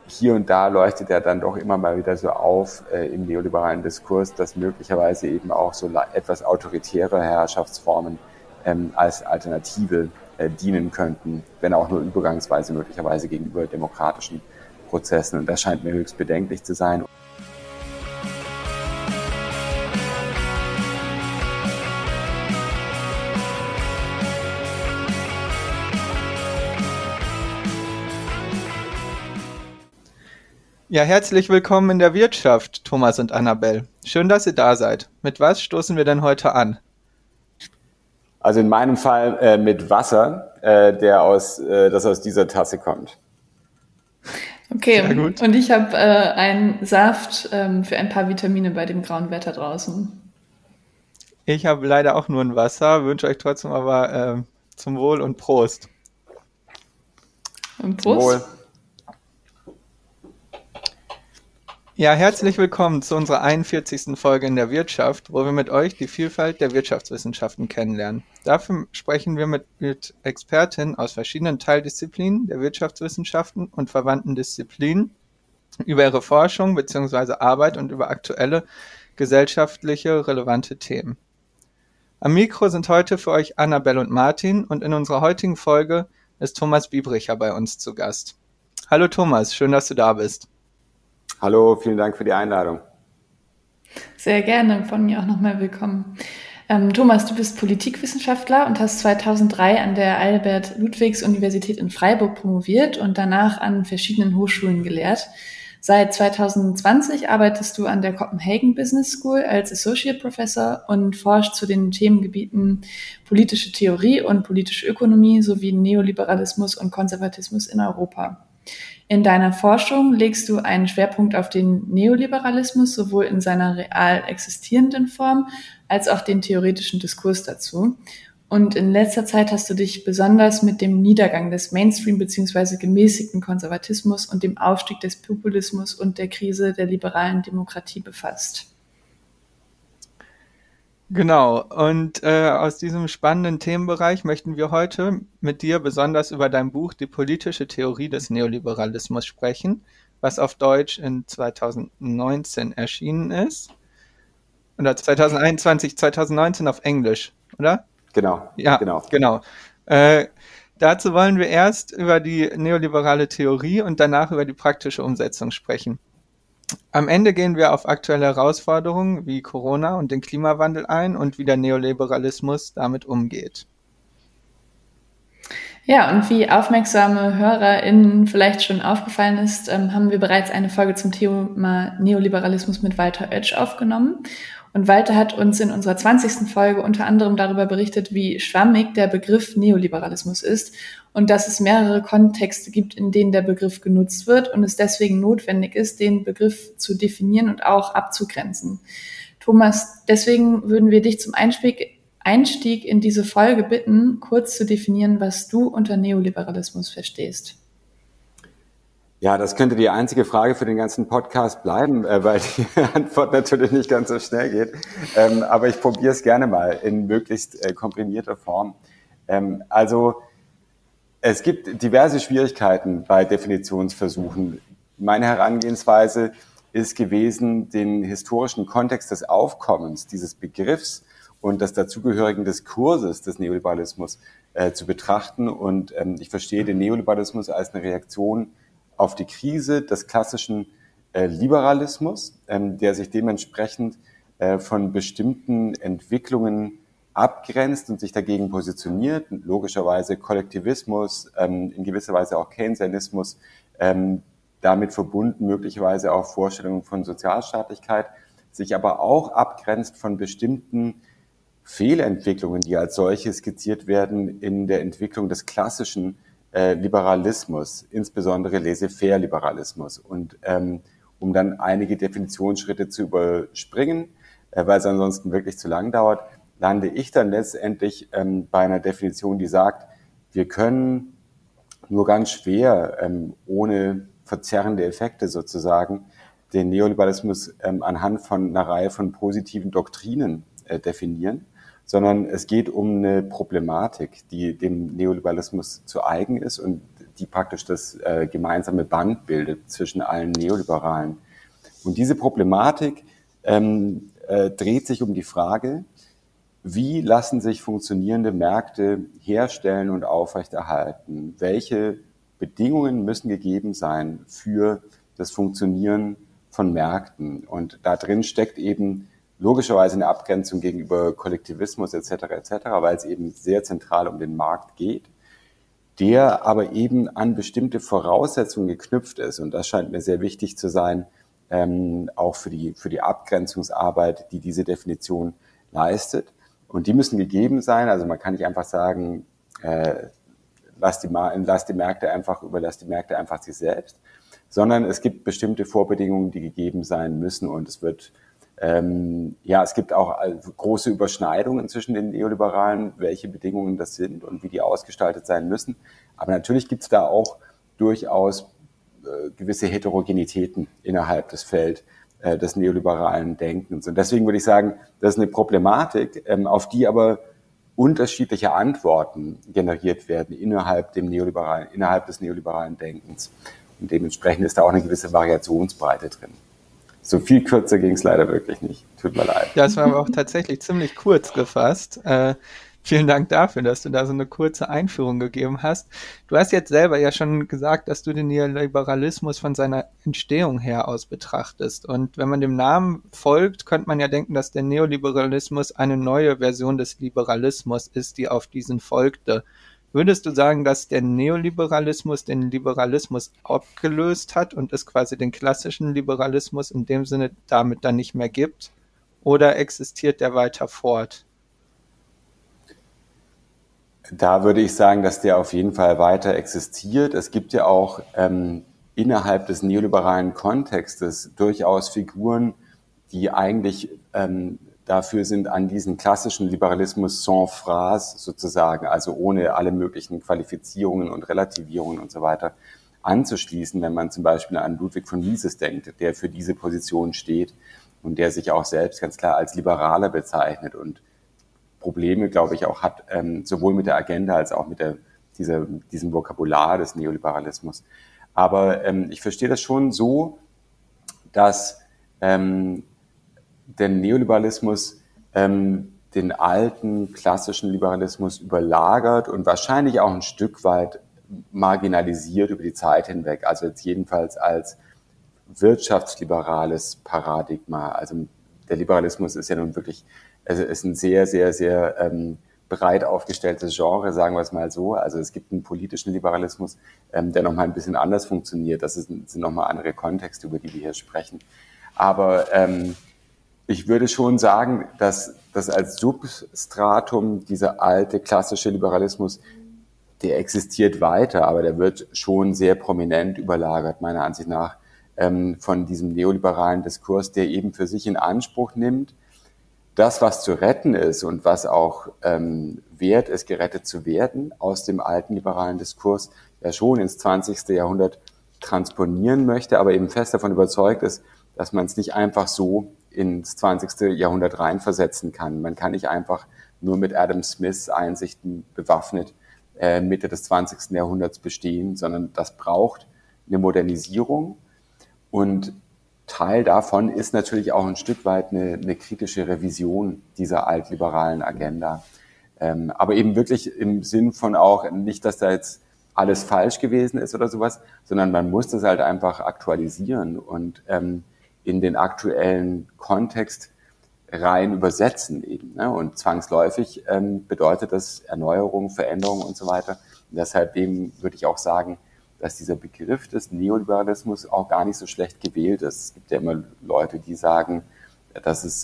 hier und da leuchtet ja dann doch immer mal wieder so auf im neoliberalen Diskurs, dass möglicherweise eben auch so etwas autoritäre Herrschaftsformen als Alternative dienen könnten, wenn auch nur übergangsweise möglicherweise gegenüber demokratischen Prozessen. Und das scheint mir höchst bedenklich zu sein. Ja, herzlich willkommen in der Wirtschaft, Thomas und Annabelle. Schön, dass ihr da seid. Mit was stoßen wir denn heute an? Also in meinem Fall mit Wasser, das aus dieser Tasse kommt. Okay, sehr gut. Und ich habe einen Saft für ein paar Vitamine bei dem grauen Wetter draußen. Ich habe leider auch nur ein Wasser, wünsche euch trotzdem aber zum Wohl und Prost. Und Prost. Zum Wohl. Ja, herzlich willkommen zu unserer 41. Folge in der Wirtschaft, wo wir mit euch die Vielfalt der Wirtschaftswissenschaften kennenlernen. Dafür sprechen wir mit Expertinnen aus verschiedenen Teildisziplinen der Wirtschaftswissenschaften und verwandten Disziplinen über ihre Forschung bzw. Arbeit und über aktuelle gesellschaftliche relevante Themen. Am Mikro sind heute für euch Annabelle und Martin und in unserer heutigen Folge ist Thomas Biebricher bei uns zu Gast. Hallo Thomas, schön, dass du da bist. Hallo, vielen Dank für die Einladung. Sehr gerne, von mir auch nochmal willkommen. Thomas, du bist Politikwissenschaftler und hast 2003 an der Albert-Ludwigs-Universität in Freiburg promoviert und danach an verschiedenen Hochschulen gelehrt. Seit 2020 arbeitest du an der Copenhagen Business School als Associate Professor und forschst zu den Themengebieten politische Theorie und politische Ökonomie sowie Neoliberalismus und Konservatismus in Europa. In deiner Forschung legst du einen Schwerpunkt auf den Neoliberalismus, sowohl in seiner real existierenden Form als auch den theoretischen Diskurs dazu. Und in letzter Zeit hast du dich besonders mit dem Niedergang des Mainstream bzw. gemäßigten Konservatismus und dem Aufstieg des Populismus und der Krise der liberalen Demokratie befasst. Genau, und aus diesem spannenden Themenbereich möchten wir heute mit dir besonders über dein Buch Die politische Theorie des Neoliberalismus sprechen, was auf Deutsch in 2019 erschienen ist. Oder 2019 auf Englisch, oder? Genau. Ja, genau. Dazu wollen wir erst über die neoliberale Theorie und danach über die praktische Umsetzung sprechen. Am Ende gehen wir auf aktuelle Herausforderungen wie Corona und den Klimawandel ein und wie der Neoliberalismus damit umgeht. Ja, und wie aufmerksame HörerInnen vielleicht schon aufgefallen ist, haben wir bereits eine Folge zum Thema Neoliberalismus mit Walter Oetsch aufgenommen. Und Walter hat uns in unserer 20. Folge unter anderem darüber berichtet, wie schwammig der Begriff Neoliberalismus ist und dass es mehrere Kontexte gibt, in denen der Begriff genutzt wird und es deswegen notwendig ist, den Begriff zu definieren und auch abzugrenzen. Thomas, deswegen würden wir dich zum Einstieg in diese Folge bitten, kurz zu definieren, was du unter Neoliberalismus verstehst. Ja, das könnte die einzige Frage für den ganzen Podcast bleiben, weil die Antwort natürlich nicht ganz so schnell geht. Aber ich probiere es gerne mal in möglichst komprimierter Form. Also es gibt diverse Schwierigkeiten bei Definitionsversuchen. Meine Herangehensweise ist gewesen, den historischen Kontext des Aufkommens dieses Begriffs und des dazugehörigen Diskurses des Neoliberalismus zu betrachten. Und ich verstehe den Neoliberalismus als eine Reaktion auf die Krise des klassischen Liberalismus, der sich dementsprechend von bestimmten Entwicklungen abgrenzt und sich dagegen positioniert. Logischerweise Kollektivismus, in gewisser Weise auch Keynesianismus, damit verbunden möglicherweise auch Vorstellungen von Sozialstaatlichkeit, sich aber auch abgrenzt von bestimmten Fehlentwicklungen, die als solche skizziert werden in der Entwicklung des klassischen Liberalismus, insbesondere Laissez-faire-Liberalismus. Und um dann einige Definitionsschritte zu überspringen, weil es ansonsten wirklich zu lang dauert, lande ich dann letztendlich bei einer Definition, die sagt, wir können nur ganz schwer, ohne verzerrende Effekte sozusagen, den Neoliberalismus anhand von einer Reihe von positiven Doktrinen definieren, sondern es geht um eine Problematik, die dem Neoliberalismus zu eigen ist und die praktisch das gemeinsame Band bildet zwischen allen Neoliberalen. Und diese Problematik dreht sich um die Frage, wie lassen sich funktionierende Märkte herstellen und aufrechterhalten? Welche Bedingungen müssen gegeben sein für das Funktionieren von Märkten? Und da drin steckt eben logischerweise eine Abgrenzung gegenüber Kollektivismus etc., weil es eben sehr zentral um den Markt geht, der aber eben an bestimmte Voraussetzungen geknüpft ist. Und das scheint mir sehr wichtig zu sein, auch für die Abgrenzungsarbeit, die diese Definition leistet. Und die müssen gegeben sein. Also man kann nicht einfach sagen, überlass die Märkte einfach sich selbst, sondern es gibt bestimmte Vorbedingungen, die gegeben sein müssen. Und es gibt auch große Überschneidungen zwischen den Neoliberalen, welche Bedingungen das sind und wie die ausgestaltet sein müssen. Aber natürlich gibt es da auch durchaus gewisse Heterogenitäten innerhalb des Feldes des neoliberalen Denkens. Und deswegen würde ich sagen, das ist eine Problematik, auf die aber unterschiedliche Antworten generiert werden innerhalb des neoliberalen Denkens. Und dementsprechend ist da auch eine gewisse Variationsbreite drin. So viel kürzer ging es leider wirklich nicht. Tut mir leid. Ja, es war aber auch tatsächlich ziemlich kurz gefasst. Vielen Dank dafür, dass du da so eine kurze Einführung gegeben hast. Du hast jetzt selber ja schon gesagt, dass du den Neoliberalismus von seiner Entstehung her aus betrachtest. Und wenn man dem Namen folgt, könnte man ja denken, dass der Neoliberalismus eine neue Version des Liberalismus ist, die auf diesen folgte. Würdest du sagen, dass der Neoliberalismus den Liberalismus abgelöst hat und es quasi den klassischen Liberalismus in dem Sinne damit dann nicht mehr gibt? Oder existiert der weiter fort? Da würde ich sagen, dass der auf jeden Fall weiter existiert. Es gibt ja auch innerhalb des neoliberalen Kontextes durchaus Figuren, die eigentlich dafür sind, an diesen klassischen Liberalismus sans phrase sozusagen, also ohne alle möglichen Qualifizierungen und Relativierungen und so weiter, anzuschließen, wenn man zum Beispiel an Ludwig von Mises denkt, der für diese Position steht und der sich auch selbst ganz klar als Liberaler bezeichnet und Probleme, glaube ich, auch hat, sowohl mit der Agenda als auch mit diesem Vokabular des Neoliberalismus. Aber ich verstehe das schon so, dass der Neoliberalismus den alten klassischen Liberalismus überlagert und wahrscheinlich auch ein Stück weit marginalisiert über die Zeit hinweg. Also jetzt jedenfalls als wirtschaftsliberales Paradigma. Also der Liberalismus ist ja nun wirklich, also ist ein sehr, sehr, sehr breit aufgestelltes Genre, sagen wir es mal so. Also es gibt einen politischen Liberalismus, der nochmal ein bisschen anders funktioniert. Das sind nochmal andere Kontexte, über die wir hier sprechen. Aber ich würde schon sagen, dass das als Substratum dieser alte klassische Liberalismus, der existiert weiter, aber der wird schon sehr prominent überlagert, meiner Ansicht nach, von diesem neoliberalen Diskurs, der eben für sich in Anspruch nimmt, das, was zu retten ist und was auch wert ist, gerettet zu werden, aus dem alten liberalen Diskurs ja schon ins 20. Jahrhundert transponieren möchte, aber eben fest davon überzeugt ist, dass man es nicht einfach so ins 20. Jahrhundert reinversetzen kann. Man kann nicht einfach nur mit Adam Smiths Einsichten bewaffnet Mitte des 20. Jahrhunderts bestehen, sondern das braucht eine Modernisierung. Und Teil davon ist natürlich auch ein Stück weit eine kritische Revision dieser altliberalen Agenda. Aber eben wirklich im Sinn von auch nicht, dass da jetzt alles falsch gewesen ist oder sowas, sondern man muss das halt einfach aktualisieren und in den aktuellen Kontext rein übersetzen eben. Ne? Und zwangsläufig bedeutet das Erneuerung, Veränderung und so weiter. Und deshalb würde ich auch sagen, dass dieser Begriff des Neoliberalismus auch gar nicht so schlecht gewählt ist. Es gibt ja immer Leute, die sagen, das ist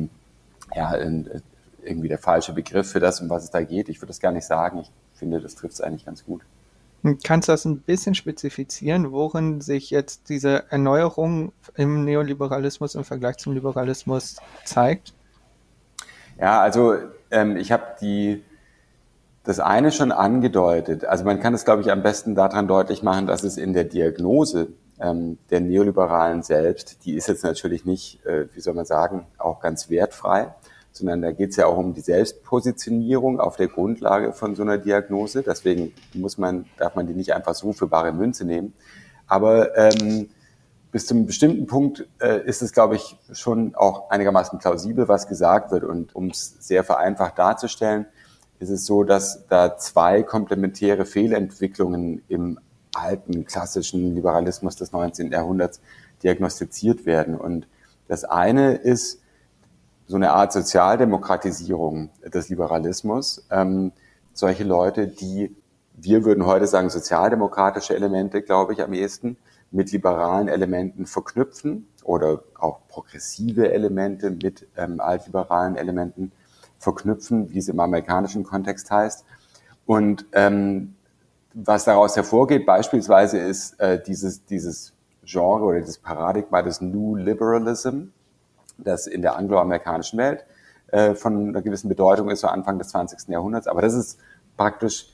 irgendwie der falsche Begriff für das, um was es da geht. Ich würde das gar nicht sagen. Ich finde, das trifft es eigentlich ganz gut. Kannst du das ein bisschen spezifizieren, worin sich jetzt diese Erneuerung im Neoliberalismus im Vergleich zum Liberalismus zeigt? Ja, also ich habe das eine schon angedeutet. Also man kann es, glaube ich, am besten daran deutlich machen, dass es in der Diagnose der Neoliberalen selbst, die ist jetzt natürlich nicht, wie soll man sagen, auch ganz wertfrei, sondern da geht es ja auch um die Selbstpositionierung auf der Grundlage von so einer Diagnose. Deswegen darf man die nicht einfach so für bare Münze nehmen. Aber bis zu einem bestimmten Punkt ist es, glaube ich, schon auch einigermaßen plausibel, was gesagt wird. Und um es sehr vereinfacht darzustellen, ist es so, dass da zwei komplementäre Fehlentwicklungen im alten, klassischen Liberalismus des 19. Jahrhunderts diagnostiziert werden. Und das eine ist so eine Art Sozialdemokratisierung des Liberalismus. Solche Leute, wir würden heute sagen, sozialdemokratische Elemente, glaube ich, am ehesten, mit liberalen Elementen verknüpfen oder auch progressive Elemente mit altliberalen Elementen verknüpfen, wie es im amerikanischen Kontext heißt. Und was daraus hervorgeht beispielsweise ist dieses Genre oder dieses Paradigma des New Liberalism, das in der angloamerikanischen Welt von einer gewissen Bedeutung ist, so Anfang des 20. Jahrhunderts. Aber das ist praktisch,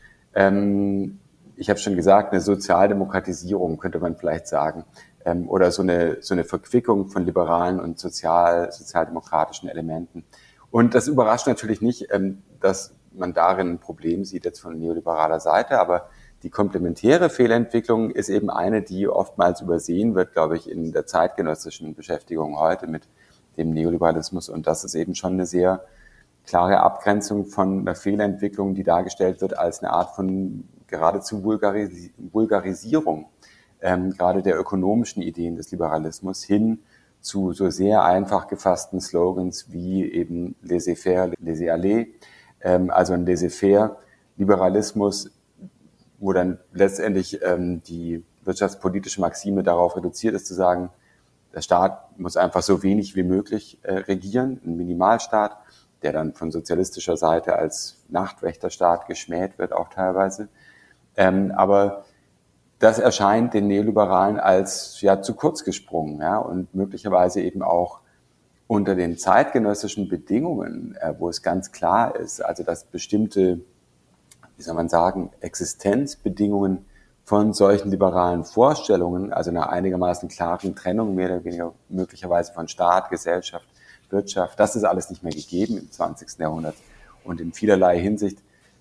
ich habe schon gesagt, eine Sozialdemokratisierung, könnte man vielleicht sagen, oder so eine Verquickung von liberalen und sozialdemokratischen Elementen. Und das überrascht natürlich nicht, dass man darin ein Problem sieht jetzt von neoliberaler Seite, aber die komplementäre Fehlentwicklung ist eben eine, die oftmals übersehen wird, glaube ich, in der zeitgenössischen Beschäftigung heute mit dem Neoliberalismus. Und das ist eben schon eine sehr klare Abgrenzung von einer Fehlentwicklung, die dargestellt wird als eine Art von geradezu Vulgarisierung, gerade der ökonomischen Ideen des Liberalismus hin zu so sehr einfach gefassten Slogans wie eben laissez-faire, laissez-aller, also ein laissez-faire Liberalismus, wo dann letztendlich die wirtschaftspolitische Maxime darauf reduziert ist, zu sagen, der Staat muss einfach so wenig wie möglich regieren, ein Minimalstaat, der dann von sozialistischer Seite als Nachtwächterstaat geschmäht wird, auch teilweise. Aber das erscheint den Neoliberalen als zu kurz gesprungen, und möglicherweise eben auch unter den zeitgenössischen Bedingungen, wo es ganz klar ist, also dass bestimmte, wie soll man sagen, Existenzbedingungen von solchen liberalen Vorstellungen, also einer einigermaßen klaren Trennung mehr oder weniger möglicherweise von Staat, Gesellschaft, Wirtschaft, das ist alles nicht mehr gegeben im 20. Jahrhundert. Und in vielerlei Hinsicht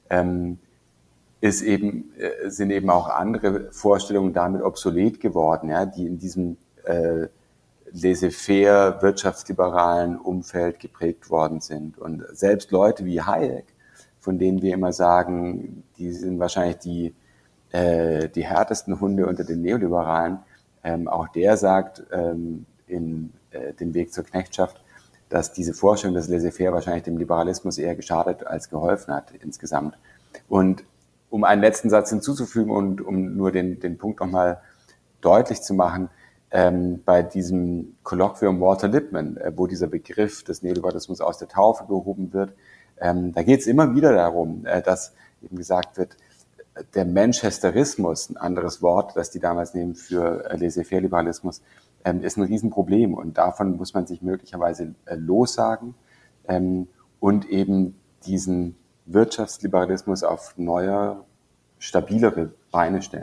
sind eben auch andere Vorstellungen damit obsolet geworden, die in diesem laissez-faire, wirtschaftsliberalen Umfeld geprägt worden sind. Und selbst Leute wie Hayek, von denen wir immer sagen, die sind wahrscheinlich die härtesten Hunde unter den Neoliberalen, auch der sagt in dem Weg zur Knechtschaft, dass diese Vorstellung des Laissez-faire wahrscheinlich dem Liberalismus eher geschadet als geholfen hat insgesamt. Und um einen letzten Satz hinzuzufügen und um nur den Punkt nochmal deutlich zu machen, bei diesem Kolloquium Walter Lippmann, wo dieser Begriff des Neoliberalismus aus der Taufe gehoben wird, da geht es immer wieder darum, dass eben gesagt wird, der Manchesterismus, ein anderes Wort, das die damals nehmen für Laissez-faire-Liberalismus, ist ein Riesenproblem und davon muss man sich möglicherweise lossagen und eben diesen Wirtschaftsliberalismus auf neue, stabilere Beine stellen.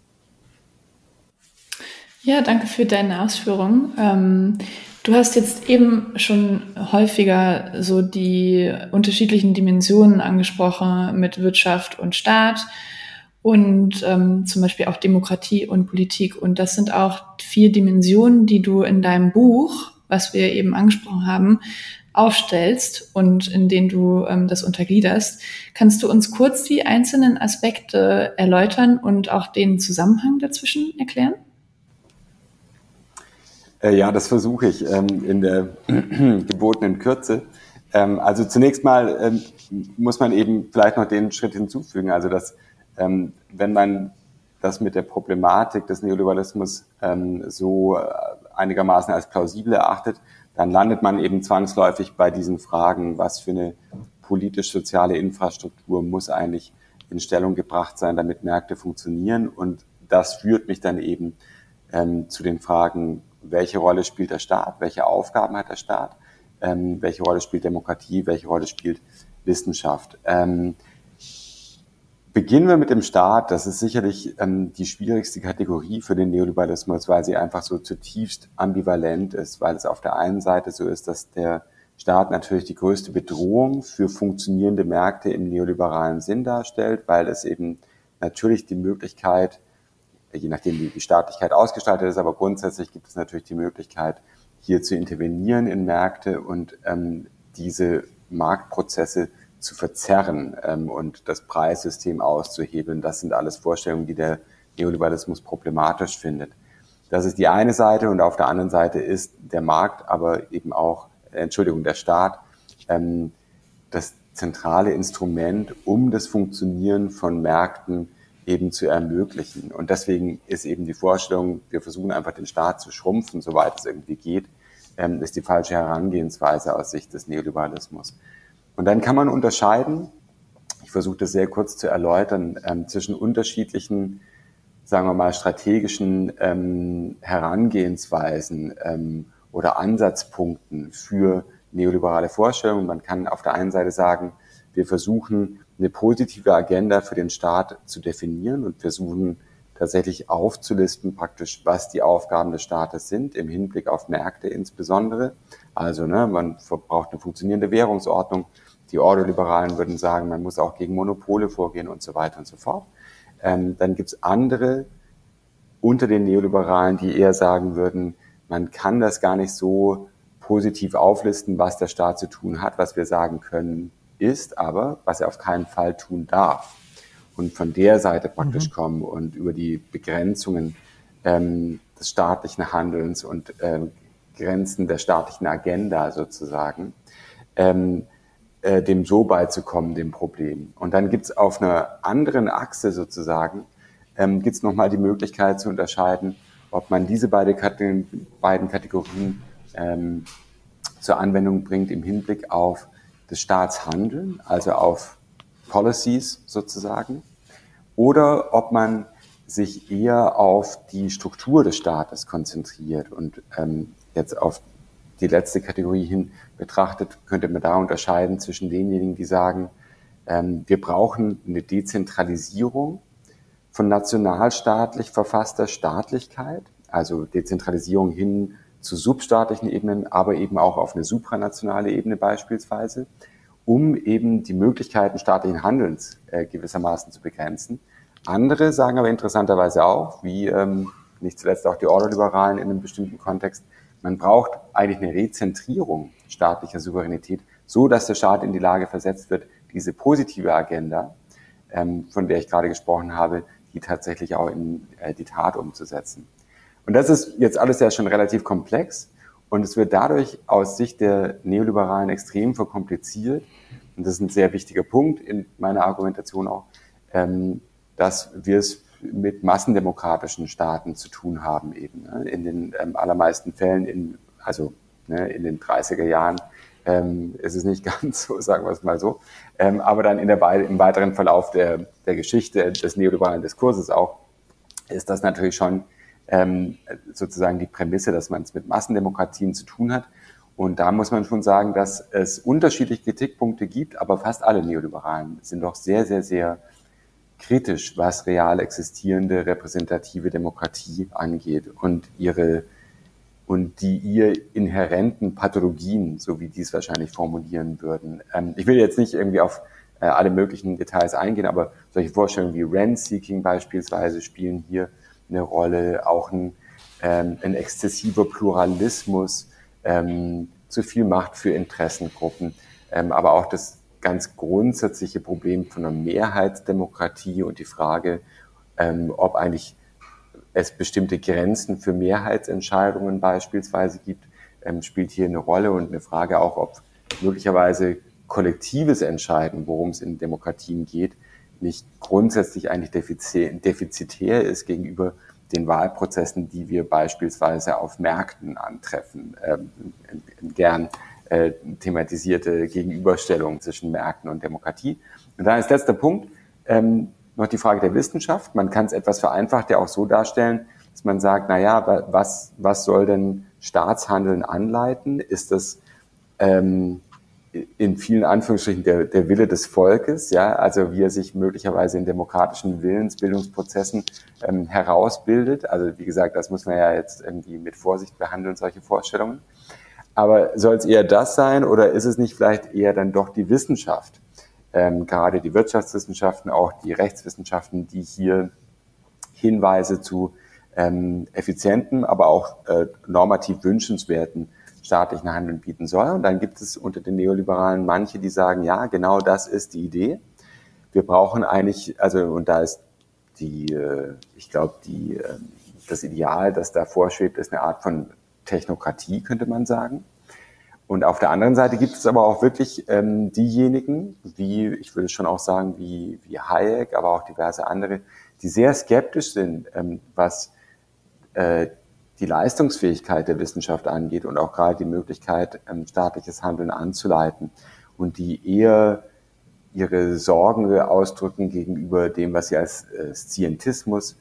Ja, danke für deine Ausführungen. Du hast jetzt eben schon häufiger so die unterschiedlichen Dimensionen angesprochen mit Wirtschaft und Staat und zum Beispiel auch Demokratie und Politik. Und das sind auch 4 Dimensionen, die du in deinem Buch, was wir eben angesprochen haben, aufstellst und in denen du das untergliederst. Kannst du uns kurz die einzelnen Aspekte erläutern und auch den Zusammenhang dazwischen erklären? Ja, das versuche ich in der gebotenen Kürze. Also zunächst mal muss man eben vielleicht noch den Schritt hinzufügen, also dass wenn man das mit der Problematik des Neoliberalismus so einigermaßen als plausibel erachtet, dann landet man eben zwangsläufig bei diesen Fragen, was für eine politisch-soziale Infrastruktur muss eigentlich in Stellung gebracht sein, damit Märkte funktionieren. Und das führt mich dann eben zu den Fragen, welche Rolle spielt der Staat, welche Aufgaben hat der Staat, welche Rolle spielt Demokratie, welche Rolle spielt Wissenschaft. Beginnen wir mit dem Staat. Das ist sicherlich die schwierigste Kategorie für den Neoliberalismus, weil sie einfach so zutiefst ambivalent ist, weil es auf der einen Seite so ist, dass der Staat natürlich die größte Bedrohung für funktionierende Märkte im neoliberalen Sinn darstellt, weil es eben natürlich die Möglichkeit, je nachdem wie die Staatlichkeit ausgestaltet ist, aber grundsätzlich gibt es natürlich die Möglichkeit, hier zu intervenieren in Märkte und diese Marktprozesse zu verzerren und das Preissystem auszuhebeln. Das sind alles Vorstellungen, die der Neoliberalismus problematisch findet. Das ist die eine Seite und auf der anderen Seite ist der Markt, aber eben auch, der Staat, das zentrale Instrument, um das Funktionieren von Märkten eben zu ermöglichen. Und deswegen ist eben die Vorstellung, wir versuchen einfach den Staat zu schrumpfen, soweit es irgendwie geht, ist die falsche Herangehensweise aus Sicht des Neoliberalismus. Und dann kann man unterscheiden, ich versuche das sehr kurz zu erläutern, zwischen unterschiedlichen, sagen wir mal, strategischen Herangehensweisen oder Ansatzpunkten für neoliberale Vorstellungen. Man kann auf der einen Seite sagen, wir versuchen eine positive Agenda für den Staat zu definieren und versuchen tatsächlich aufzulisten praktisch, was die Aufgaben des Staates sind, im Hinblick auf Märkte insbesondere. Also man braucht eine funktionierende Währungsordnung. Die Ordoliberalen würden sagen, man muss auch gegen Monopole vorgehen und so weiter und so fort. Dann gibt's andere unter den Neoliberalen, die eher sagen würden, man kann das gar nicht so positiv auflisten, was der Staat zu tun hat. Was wir sagen können, ist aber, was er auf keinen Fall tun darf. Und von der Seite praktisch kommen und über die Begrenzungen des staatlichen Handelns und Grenzen der staatlichen Agenda sozusagen, dem so beizukommen, dem Problem. Und dann gibt's auf einer anderen Achse sozusagen, gibt's nochmal die Möglichkeit zu unterscheiden, ob man diese beiden Kategorien zur Anwendung bringt im Hinblick auf das Staatshandeln, also auf Policies sozusagen, oder ob man sich eher auf die Struktur des Staates konzentriert und jetzt auf die letzte Kategorie hin betrachtet, könnte man da unterscheiden zwischen denjenigen, die sagen, wir brauchen eine Dezentralisierung von nationalstaatlich verfasster Staatlichkeit, also Dezentralisierung hin zu substaatlichen Ebenen, aber eben auch auf eine supranationale Ebene beispielsweise, um eben die Möglichkeiten staatlichen Handelns gewissermaßen zu begrenzen. Andere sagen aber interessanterweise auch, wie nicht zuletzt auch die Ordoliberalen in einem bestimmten Kontext, man braucht eigentlich eine Rezentrierung staatlicher Souveränität, so dass der Staat in die Lage versetzt wird, diese positive Agenda, von der ich gerade gesprochen habe, die tatsächlich auch in die Tat umzusetzen. Und das ist jetzt alles ja schon relativ komplex und es wird dadurch aus Sicht der Neoliberalen extrem verkompliziert. Und das ist ein sehr wichtiger Punkt in meiner Argumentation auch, dass wir es mit massendemokratischen Staaten zu tun haben eben. In den allermeisten Fällen, in den 30er Jahren ist es nicht ganz so, sagen wir es mal so. Aber dann im weiteren Verlauf der Geschichte des neoliberalen Diskurses auch, ist das natürlich schon sozusagen die Prämisse, dass man es mit Massendemokratien zu tun hat. Und da muss man schon sagen, dass es unterschiedliche Kritikpunkte gibt, aber fast alle Neoliberalen sind doch sehr, sehr, sehr kritisch, was real existierende repräsentative Demokratie angeht und die ihr inhärenten Pathologien, so wie die es wahrscheinlich formulieren würden. Ich will jetzt nicht irgendwie auf alle möglichen Details eingehen, aber solche Vorstellungen wie Rent-Seeking beispielsweise spielen hier eine Rolle, auch ein exzessiver Pluralismus, zu viel Macht für Interessengruppen, aber auch das ganz grundsätzliche Problem von einer Mehrheitsdemokratie und die Frage, ob eigentlich es bestimmte Grenzen für Mehrheitsentscheidungen beispielsweise gibt, spielt hier eine Rolle und eine Frage auch, ob möglicherweise kollektives Entscheiden, worum es in Demokratien geht, nicht grundsätzlich eigentlich defizitär ist gegenüber den Wahlprozessen, die wir beispielsweise auf Märkten antreffen. Gern thematisierte Gegenüberstellung zwischen Märkten und Demokratie. Und dann als letzter Punkt noch die Frage der Wissenschaft. Man kann es etwas vereinfacht ja auch so darstellen, dass man sagt, na ja, was soll denn Staatshandeln anleiten? Ist das in vielen Anführungsstrichen der Wille des Volkes, ja, also wie er sich möglicherweise in demokratischen Willensbildungsprozessen herausbildet. Also wie gesagt, das muss man ja jetzt irgendwie mit Vorsicht behandeln, solche Vorstellungen. Aber soll es eher das sein oder ist es nicht vielleicht eher dann doch die Wissenschaft? Gerade die Wirtschaftswissenschaften, auch die Rechtswissenschaften, die hier Hinweise zu effizienten, aber auch normativ wünschenswerten staatlichen Handeln bieten soll. Und dann gibt es unter den Neoliberalen manche, die sagen, ja, genau das ist die Idee. Wir brauchen eigentlich, also und da ist ich glaube, das Ideal, das da vorschwebt, ist eine Art von Technokratie, könnte man sagen. Und auf der anderen Seite gibt es aber auch wirklich diejenigen, ich würde schon auch sagen, wie Hayek, aber auch diverse andere, die sehr skeptisch sind, was die Leistungsfähigkeit der Wissenschaft angeht und auch gerade die Möglichkeit, staatliches Handeln anzuleiten und die eher ihre Sorgen ausdrücken gegenüber dem, was sie als Scientismus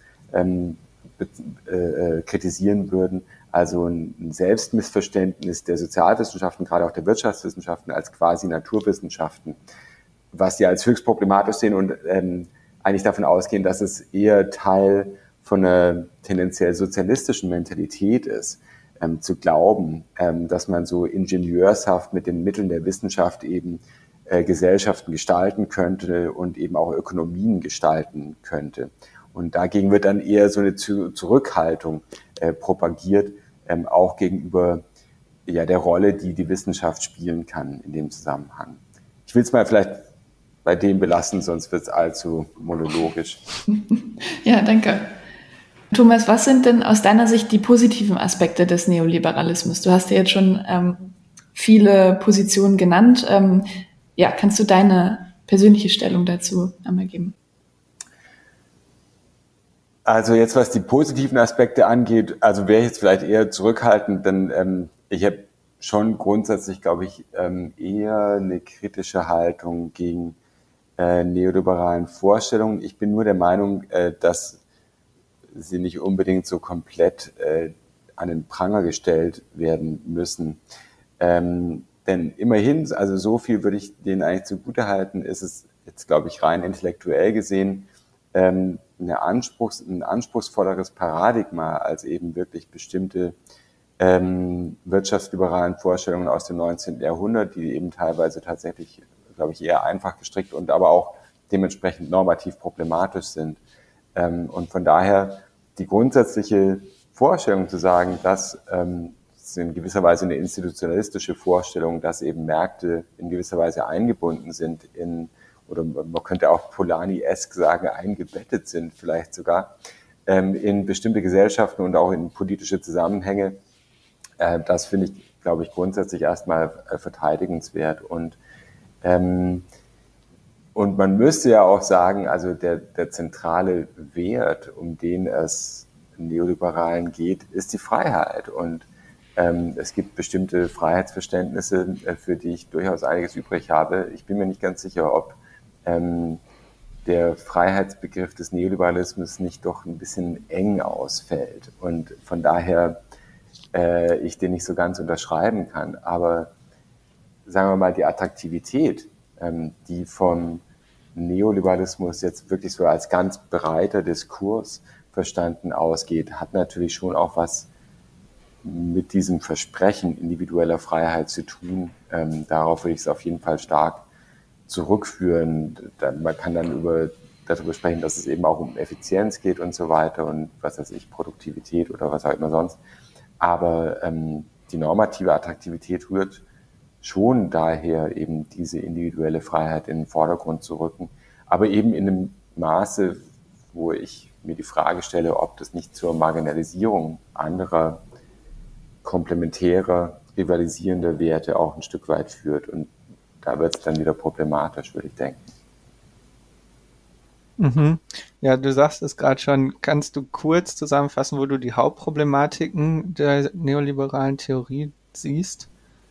kritisieren würden. Also ein Selbstmissverständnis der Sozialwissenschaften, gerade auch der Wirtschaftswissenschaften als quasi Naturwissenschaften, was sie als höchst problematisch sehen und eigentlich davon ausgehen, dass es eher Teil von einer tendenziell sozialistischen Mentalität ist, zu glauben, dass man so ingenieurshaft mit den Mitteln der Wissenschaft eben Gesellschaften gestalten könnte und eben auch Ökonomien gestalten könnte. Und dagegen wird dann eher so eine Zurückhaltung propagiert, auch gegenüber der Rolle, die die Wissenschaft spielen kann in dem Zusammenhang. Ich will es mal vielleicht bei dem belassen, sonst wird es allzu monologisch. Ja, danke. Thomas, was sind denn aus deiner Sicht die positiven Aspekte des Neoliberalismus? Du hast ja jetzt schon viele Positionen genannt. Kannst du deine persönliche Stellung dazu einmal geben? Also jetzt, was die positiven Aspekte angeht, also wäre ich jetzt vielleicht eher zurückhaltend, denn ich habe schon grundsätzlich, glaube ich, eher eine kritische Haltung gegen neoliberalen Vorstellungen. Ich bin nur der Meinung, dass sie nicht unbedingt so komplett an den Pranger gestellt werden müssen. Denn immerhin, also so viel würde ich denen eigentlich zugutehalten, ist es jetzt, glaube ich, rein intellektuell gesehen ein anspruchsvolleres Paradigma als eben wirklich bestimmte wirtschaftsliberalen Vorstellungen aus dem 19. Jahrhundert, die eben teilweise tatsächlich, glaube ich, eher einfach gestrickt und aber auch dementsprechend normativ problematisch sind. Und von daher die grundsätzliche Vorstellung zu sagen, dass ist in gewisser Weise eine institutionalistische Vorstellung, dass eben Märkte in gewisser Weise eingebunden sind oder man könnte auch Polanyi-esk sagen, eingebettet sind vielleicht sogar, in bestimmte Gesellschaften und auch in politische Zusammenhänge. Das finde ich, glaube ich, grundsätzlich erstmal verteidigenswert. Und man müsste ja auch sagen, also der zentrale Wert, um den es Neoliberalen geht, ist die Freiheit. Und es gibt bestimmte Freiheitsverständnisse, für die ich durchaus einiges übrig habe. Ich bin mir nicht ganz sicher, ob der Freiheitsbegriff des Neoliberalismus nicht doch ein bisschen eng ausfällt und von daher ich den nicht so ganz unterschreiben kann. Aber sagen wir mal, die Attraktivität, die vom Neoliberalismus jetzt wirklich so als ganz breiter Diskurs verstanden ausgeht, hat natürlich schon auch was mit diesem Versprechen individueller Freiheit zu tun. Darauf würde ich es auf jeden Fall stark zurückführen. Man kann dann darüber sprechen, dass es eben auch um Effizienz geht und so weiter und was weiß ich, Produktivität oder was auch immer sonst. Aber die normative Attraktivität rührt schon daher, eben diese individuelle Freiheit in den Vordergrund zu rücken, aber eben in einem Maße, wo ich mir die Frage stelle, ob das nicht zur Marginalisierung anderer komplementärer, rivalisierender Werte auch ein Stück weit führt. Und da wird es dann wieder problematisch, würde ich denken. Mhm. Ja, du sagst es gerade schon. Kannst du kurz zusammenfassen, wo du die Hauptproblematiken der neoliberalen Theorie siehst?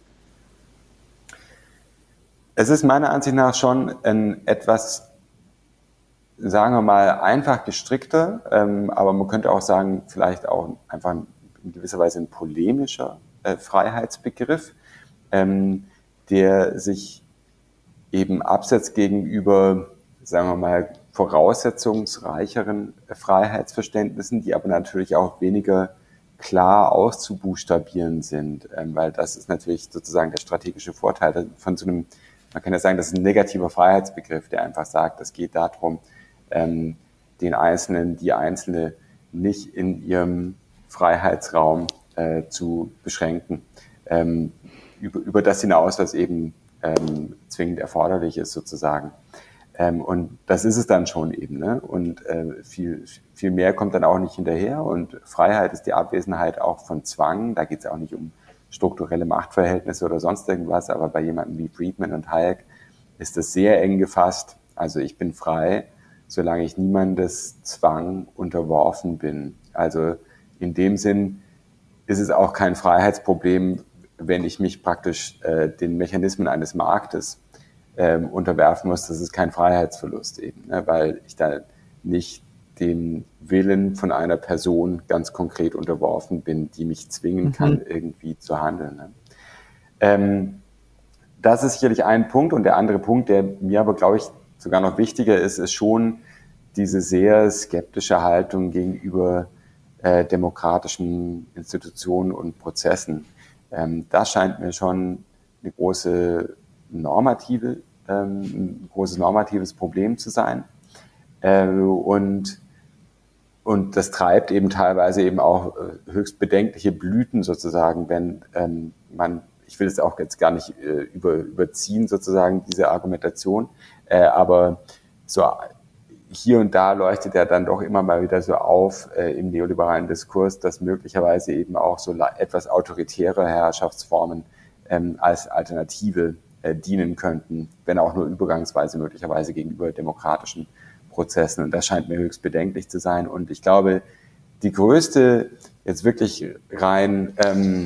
Es ist meiner Ansicht nach schon ein etwas, sagen wir mal, einfach gestrickter, aber man könnte auch sagen, vielleicht auch einfach in gewisser Weise ein polemischer Freiheitsbegriff, der sich eben absetzt gegenüber, sagen wir mal, voraussetzungsreicheren Freiheitsverständnissen, die aber natürlich auch weniger klar auszubuchstabieren sind, weil das ist natürlich sozusagen der strategische Vorteil von so einem, man kann ja sagen, das ist ein negativer Freiheitsbegriff, der einfach sagt, es geht darum, den Einzelnen, die Einzelne nicht in ihrem Freiheitsraum zu beschränken, über das hinaus, was eben zwingend erforderlich ist sozusagen. Und das ist es dann schon eben, ne? Und viel mehr kommt dann auch nicht hinterher. Und Freiheit ist die Abwesenheit auch von Zwang. Da geht es auch nicht um strukturelle Machtverhältnisse oder sonst irgendwas, aber bei jemandem wie Friedman und Hayek ist das sehr eng gefasst. Also ich bin frei, solange ich niemandes Zwang unterworfen bin. Also in dem Sinn ist es auch kein Freiheitsproblem, wenn ich mich praktisch den Mechanismen eines Marktes unterwerfen muss. Das ist kein Freiheitsverlust eben, ne? Weil ich da nicht dem Willen von einer Person ganz konkret unterworfen bin, die mich zwingen kann, irgendwie zu handeln. Ne? Das ist sicherlich ein Punkt. Und der andere Punkt, der mir aber, glaube ich, sogar noch wichtiger ist, ist schon diese sehr skeptische Haltung gegenüber demokratischen Institutionen und Prozessen. Das scheint mir schon eine ein großes normatives Problem zu sein. Und das treibt eben teilweise eben auch höchst bedenkliche Blüten sozusagen, wenn ich will es auch jetzt gar nicht überziehen sozusagen, diese Argumentation, aber so hier und da leuchtet ja dann doch immer mal wieder so auf im neoliberalen Diskurs, dass möglicherweise eben auch so etwas autoritäre Herrschaftsformen als Alternative dienen könnten, wenn auch nur übergangsweise möglicherweise gegenüber demokratischen Prozessen. Und das scheint mir höchst bedenklich zu sein. Und ich glaube, die größte, jetzt wirklich rein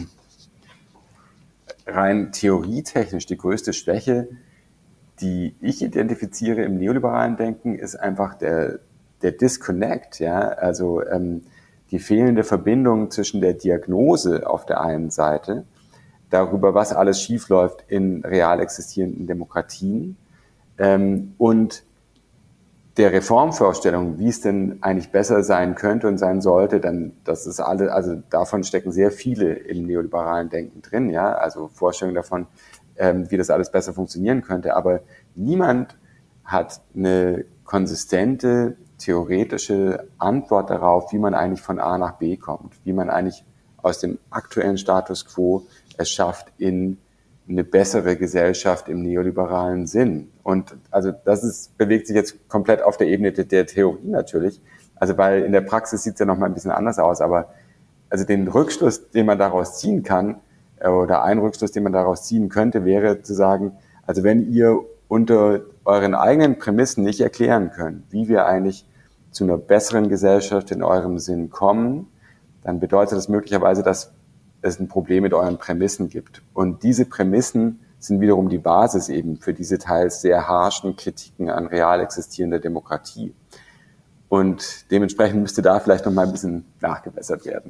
theorietechnisch, die größte Schwäche, die ich identifiziere im neoliberalen Denken, ist einfach der Disconnect, ja, also die fehlende Verbindung zwischen der Diagnose auf der einen Seite, darüber, was alles schiefläuft in real existierenden Demokratien, und der Reformvorstellung, wie es denn eigentlich besser sein könnte und sein sollte, dann, das ist also davon stecken sehr viele im neoliberalen Denken drin, ja, also Vorstellungen davon, wie das alles besser funktionieren könnte, aber niemand hat eine konsistente, theoretische Antwort darauf, wie man eigentlich von A nach B kommt, wie man eigentlich aus dem aktuellen Status quo es schafft, in eine bessere Gesellschaft im neoliberalen Sinn. Und also bewegt sich jetzt komplett auf der Ebene der Theorie natürlich, also weil in der Praxis sieht es ja nochmal ein bisschen anders aus, aber also den Rückschluss, den man daraus ziehen kann, oder ein Rückschluss, den man daraus ziehen könnte, wäre zu sagen, also wenn ihr unter euren eigenen Prämissen nicht erklären könnt, wie wir eigentlich zu einer besseren Gesellschaft in eurem Sinn kommen, dann bedeutet das möglicherweise, dass es ein Problem mit euren Prämissen gibt. Und diese Prämissen sind wiederum die Basis eben für diese teils sehr harschen Kritiken an real existierender Demokratie. Und dementsprechend müsste da vielleicht noch mal ein bisschen nachgebessert werden.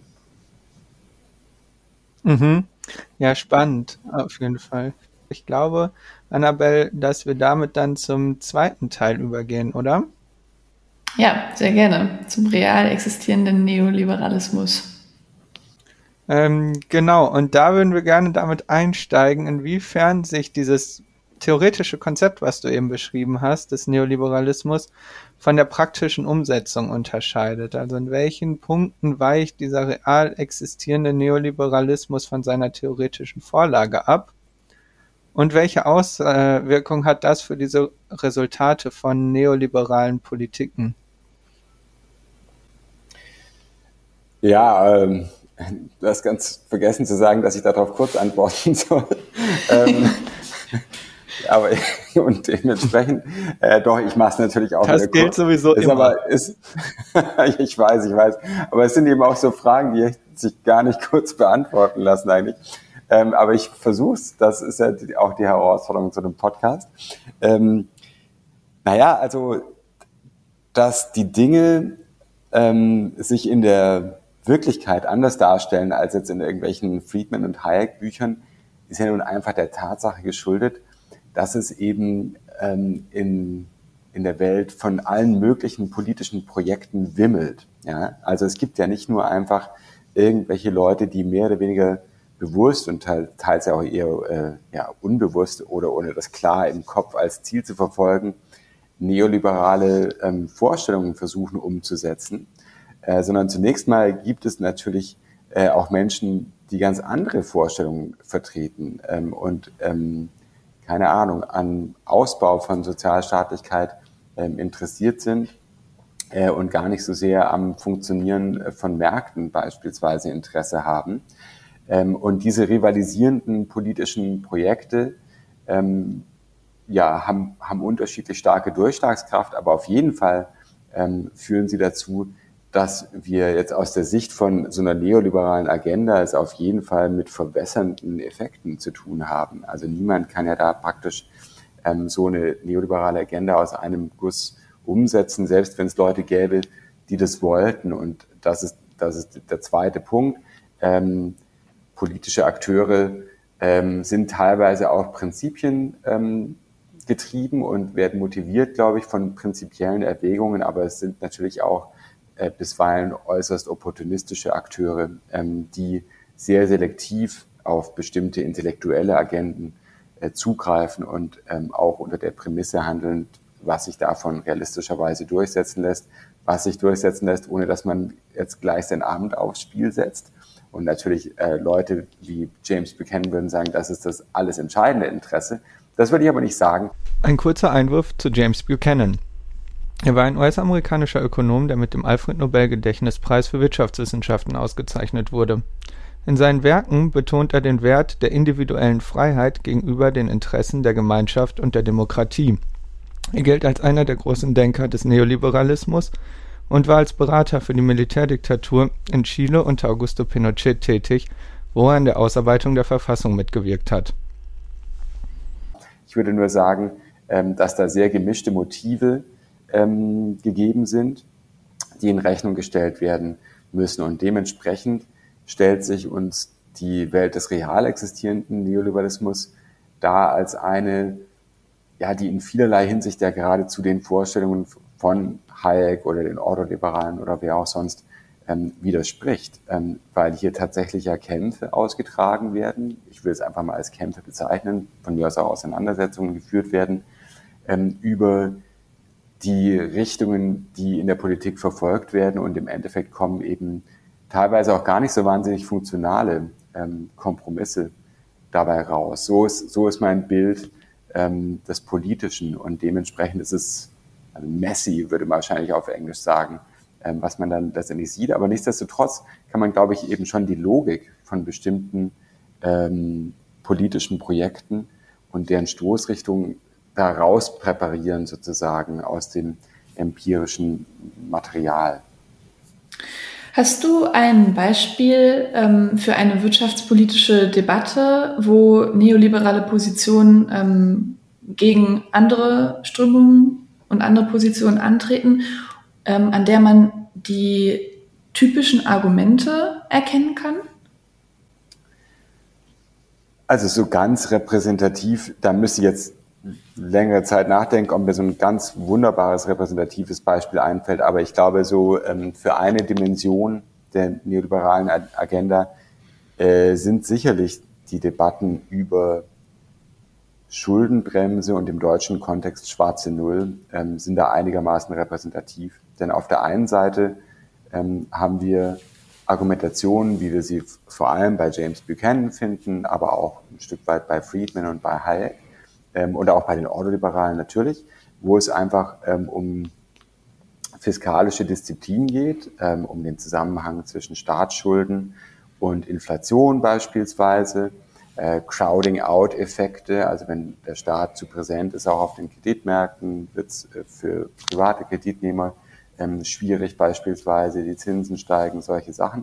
Ja, spannend, auf jeden Fall. Ich glaube, Annabelle, dass wir damit dann zum zweiten Teil übergehen, oder? Ja, sehr gerne. Zum real existierenden Neoliberalismus. Genau, und da würden wir gerne damit einsteigen, inwiefern sich dieses theoretische Konzept, was du eben beschrieben hast, des Neoliberalismus, von der praktischen Umsetzung unterscheidet. Also in welchen Punkten weicht dieser real existierende Neoliberalismus von seiner theoretischen Vorlage ab? Und welche Auswirkung hat das für diese Resultate von neoliberalen Politiken? Ja, du hast ganz vergessen zu sagen, dass ich darauf kurz antworten soll. Aber und dementsprechend, doch, ich mache es natürlich auch. Das gilt sowieso immer. Ich weiß. Aber es sind eben auch so Fragen, die sich gar nicht kurz beantworten lassen eigentlich. Aber ich versuche es. Das ist ja auch die Herausforderung zu einem Podcast. Also, dass die Dinge sich in der Wirklichkeit anders darstellen als jetzt in irgendwelchen Friedman und Hayek Büchern, ist ja nun einfach der Tatsache geschuldet, dass es eben in der Welt von allen möglichen politischen Projekten wimmelt. Ja? Also es gibt ja nicht nur einfach irgendwelche Leute, die mehr oder weniger bewusst und teils ja auch eher unbewusst oder ohne das klar im Kopf als Ziel zu verfolgen, neoliberale Vorstellungen versuchen umzusetzen, sondern zunächst mal gibt es natürlich auch Menschen, die ganz andere Vorstellungen vertreten und keine Ahnung, an Ausbau von Sozialstaatlichkeit interessiert sind und gar nicht so sehr am Funktionieren von Märkten beispielsweise Interesse haben. Und diese rivalisierenden politischen Projekte haben unterschiedlich starke Durchschlagskraft, aber auf jeden Fall führen sie dazu, dass wir jetzt aus der Sicht von so einer neoliberalen Agenda es auf jeden Fall mit verwässernden Effekten zu tun haben. Also niemand kann ja da praktisch so eine neoliberale Agenda aus einem Guss umsetzen, selbst wenn es Leute gäbe, die das wollten. Und das ist der zweite Punkt. Politische Akteure sind teilweise auch Prinzipien getrieben und werden motiviert, glaube ich, von prinzipiellen Erwägungen, aber es sind natürlich auch bisweilen äußerst opportunistische Akteure, die sehr selektiv auf bestimmte intellektuelle Agenden zugreifen und auch unter der Prämisse handeln, was sich davon realistischerweise durchsetzen lässt, ohne dass man jetzt gleich sein Abend aufs Spiel setzt. Und natürlich Leute wie James Buchanan würden sagen, das ist das alles entscheidende Interesse. Das würde ich aber nicht sagen. Ein kurzer Einwurf zu James Buchanan. Er war ein US-amerikanischer Ökonom, der mit dem Alfred-Nobel-Gedächtnispreis für Wirtschaftswissenschaften ausgezeichnet wurde. In seinen Werken betont er den Wert der individuellen Freiheit gegenüber den Interessen der Gemeinschaft und der Demokratie. Er gilt als einer der großen Denker des Neoliberalismus und war als Berater für die Militärdiktatur in Chile unter Augusto Pinochet tätig, wo er an der Ausarbeitung der Verfassung mitgewirkt hat. Ich würde nur sagen, dass da sehr gemischte Motive gegeben sind, die in Rechnung gestellt werden müssen. Und dementsprechend stellt sich uns die Welt des real existierenden Neoliberalismus dar als eine, die in vielerlei Hinsicht ja gerade zu den Vorstellungen von Hayek oder den Ordoliberalen oder wer auch sonst widerspricht, weil hier tatsächlich ja Kämpfe ausgetragen werden. Ich will es einfach mal als Kämpfe bezeichnen, von mir aus auch Auseinandersetzungen geführt werden, über die Richtungen, die in der Politik verfolgt werden, und im Endeffekt kommen eben teilweise auch gar nicht so wahnsinnig funktionale Kompromisse dabei raus. So ist mein Bild des Politischen, und dementsprechend ist es messy, würde man wahrscheinlich auf Englisch sagen, was man dann letztendlich sieht. Aber nichtsdestotrotz kann man, glaube ich, eben schon die Logik von bestimmten politischen Projekten und deren Stoßrichtungen daraus präparieren, sozusagen aus dem empirischen Material. Hast du ein Beispiel für eine wirtschaftspolitische Debatte, wo neoliberale Positionen gegen andere Strömungen und andere Positionen antreten, an der man die typischen Argumente erkennen kann? Also so ganz repräsentativ, da müsste ich jetzt längere Zeit nachdenken, ob mir so ein ganz wunderbares repräsentatives Beispiel einfällt. Aber ich glaube, so für eine Dimension der neoliberalen Agenda sind sicherlich die Debatten über Schuldenbremse und im deutschen Kontext schwarze Null sind da einigermaßen repräsentativ. Denn auf der einen Seite haben wir Argumentationen, wie wir sie vor allem bei James Buchanan finden, aber auch ein Stück weit bei Friedman und bei Hayek und auch bei den Ordoliberalen natürlich, wo es einfach um fiskalische Disziplin geht, um den Zusammenhang zwischen Staatsschulden und Inflation beispielsweise, Crowding-out-Effekte, also wenn der Staat zu präsent ist, auch auf den Kreditmärkten, wird es für private Kreditnehmer schwierig beispielsweise, die Zinsen steigen, solche Sachen.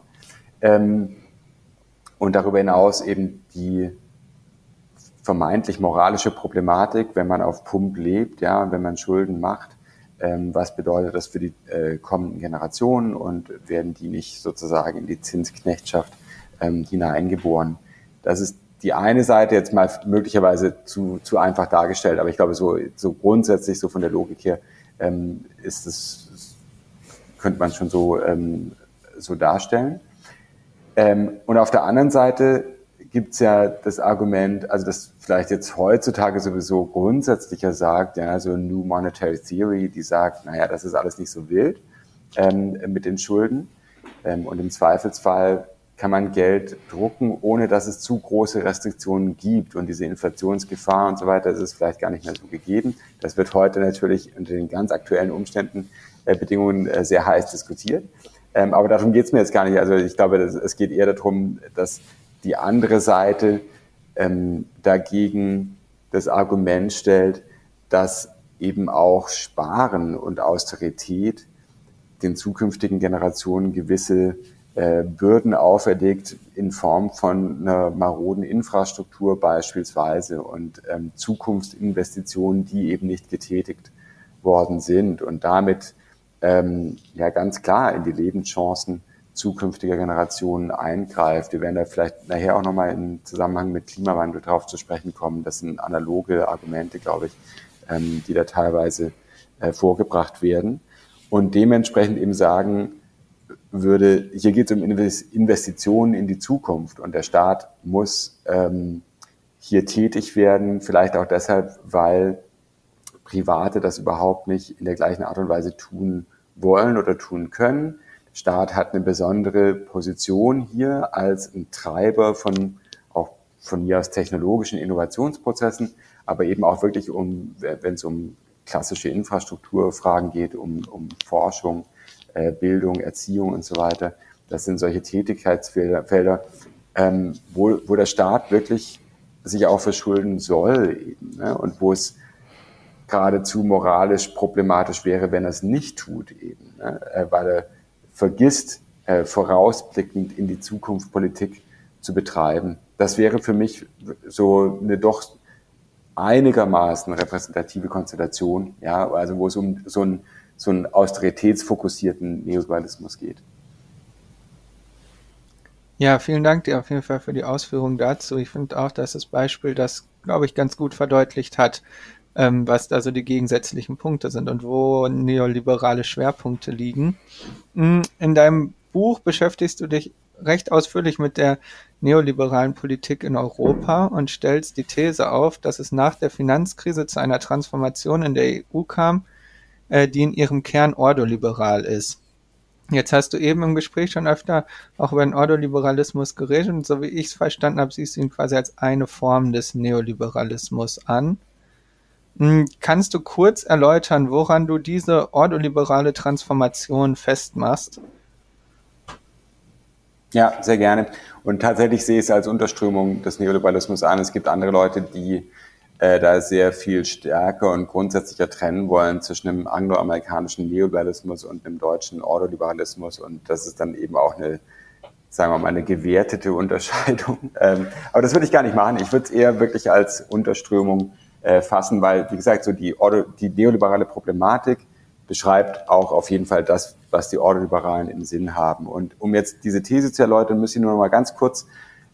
Und darüber hinaus eben die vermeintlich moralische Problematik, wenn man auf Pump lebt, ja, und wenn man Schulden macht, was bedeutet das für die kommenden Generationen und werden die nicht sozusagen in die Zinsknechtschaft hineingeboren? Das ist die eine Seite jetzt mal möglicherweise zu einfach dargestellt, aber ich glaube, so grundsätzlich, so von der Logik her, könnte man schon so darstellen. Und auf der anderen Seite gibt's ja das Argument, also das vielleicht jetzt heutzutage sowieso grundsätzlicher sagt, ja, so New Monetary Theory, die sagt, naja, das ist alles nicht so wild mit den Schulden. Und im Zweifelsfall kann man Geld drucken, ohne dass es zu große Restriktionen gibt. Und diese Inflationsgefahr und so weiter, das ist vielleicht gar nicht mehr so gegeben. Das wird heute natürlich unter den ganz aktuellen Bedingungen sehr heiß diskutiert. Aber darum geht's mir jetzt gar nicht. Also ich glaube, es geht eher darum, dass die andere Seite dagegen das Argument stellt, dass eben auch Sparen und Austerität den zukünftigen Generationen gewisse Bürden auferlegt in Form von einer maroden Infrastruktur beispielsweise und Zukunftsinvestitionen, die eben nicht getätigt worden sind und damit ja ganz klar in die Lebenschancen zukünftiger Generationen eingreift. Wir werden da vielleicht nachher auch nochmal im Zusammenhang mit Klimawandel drauf zu sprechen kommen. Das sind analoge Argumente, glaube ich, die da teilweise vorgebracht werden. Und dementsprechend eben sagen würde, hier geht es um Investitionen in die Zukunft und der Staat muss hier tätig werden, vielleicht auch deshalb, weil Private das überhaupt nicht in der gleichen Art und Weise tun wollen oder tun können. Der Staat hat eine besondere Position hier als ein Treiber von auch von mir aus technologischen Innovationsprozessen, aber eben auch wirklich wenn es um klassische Infrastrukturfragen geht, um Forschung, Bildung, Erziehung und so weiter. Das sind solche Tätigkeitsfelder, wo der Staat wirklich sich auch verschulden soll eben, ne? Und wo es geradezu moralisch problematisch wäre, wenn er es nicht tut eben, ne? Weil er vergisst, vorausblickend in die Zukunft Politik zu betreiben. Das wäre für mich so eine doch einigermaßen repräsentative Konstellation, ja, also wo es um so einen austeritätsfokussierten Neoliberalismus geht. Ja, vielen Dank dir auf jeden Fall für die Ausführungen dazu. Ich finde auch, dass das Beispiel das, glaube ich, ganz gut verdeutlicht hat, was da so die gegensätzlichen Punkte sind und wo neoliberale Schwerpunkte liegen. In deinem Buch beschäftigst du dich recht ausführlich mit der neoliberalen Politik in Europa und stellst die These auf, dass es nach der Finanzkrise zu einer Transformation in der EU kam, die in ihrem Kern ordoliberal ist. Jetzt hast du eben im Gespräch schon öfter auch über den Ordoliberalismus geredet und so wie ich es verstanden habe, siehst du ihn quasi als eine Form des Neoliberalismus an. Kannst du kurz erläutern, woran du diese ordoliberale Transformation festmachst? Ja, sehr gerne. Und tatsächlich sehe ich es als Unterströmung des Neoliberalismus an. Es gibt andere Leute, die da sehr viel stärker und grundsätzlicher trennen wollen zwischen einem angloamerikanischen Neoliberalismus und einem deutschen Ordoliberalismus. Und das ist dann eben auch sagen wir mal, eine gewertete Unterscheidung. Aber das würde ich gar nicht machen. Ich würde es eher wirklich als Unterströmung fassen, weil, wie gesagt, so die neoliberale Problematik beschreibt auch auf jeden Fall das, was die Ordoliberalen im Sinn haben. Und um jetzt diese These zu erläutern, müssen wir nur noch mal ganz kurz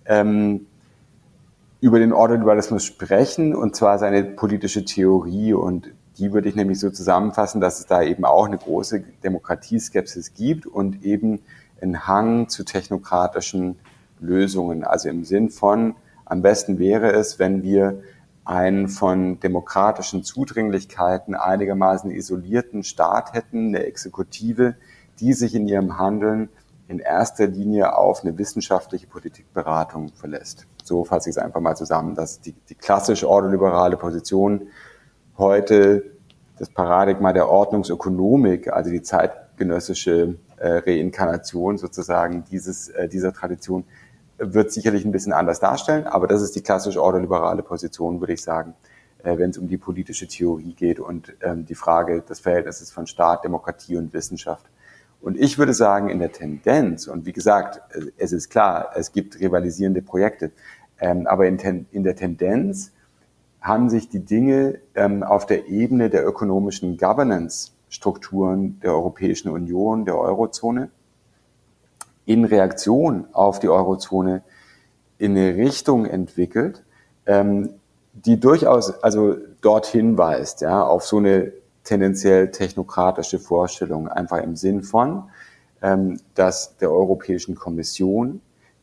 über den Ordoliberalismus sprechen, und zwar seine politische Theorie. Und die würde ich nämlich so zusammenfassen, dass es da eben auch eine große Demokratieskepsis gibt und eben einen Hang zu technokratischen Lösungen. Also im Sinn von, am besten wäre es, wenn wir einen von demokratischen Zudringlichkeiten einigermaßen isolierten Staat hätten, eine Exekutive, die sich in ihrem Handeln in erster Linie auf eine wissenschaftliche Politikberatung verlässt. So fasse ich es einfach mal zusammen, dass die klassisch ordoliberale Position heute das Paradigma der Ordnungsökonomik, also die zeitgenössische Reinkarnation sozusagen dieser Tradition, wird sicherlich ein bisschen anders darstellen, aber das ist die klassisch ordoliberale Position, würde ich sagen, wenn es um die politische Theorie geht und die Frage des Verhältnisses von Staat, Demokratie und Wissenschaft. Und ich würde sagen, in der Tendenz, und wie gesagt, es ist klar, es gibt rivalisierende Projekte, aber in der Tendenz haben sich die Dinge auf der Ebene der ökonomischen Governance-Strukturen der Europäischen Union, der Eurozone, in Reaktion auf die Eurozone in eine Richtung entwickelt, die durchaus also dorthin weist, ja, auf so eine tendenziell technokratische Vorstellung, einfach im Sinn von, dass der Europäischen Kommission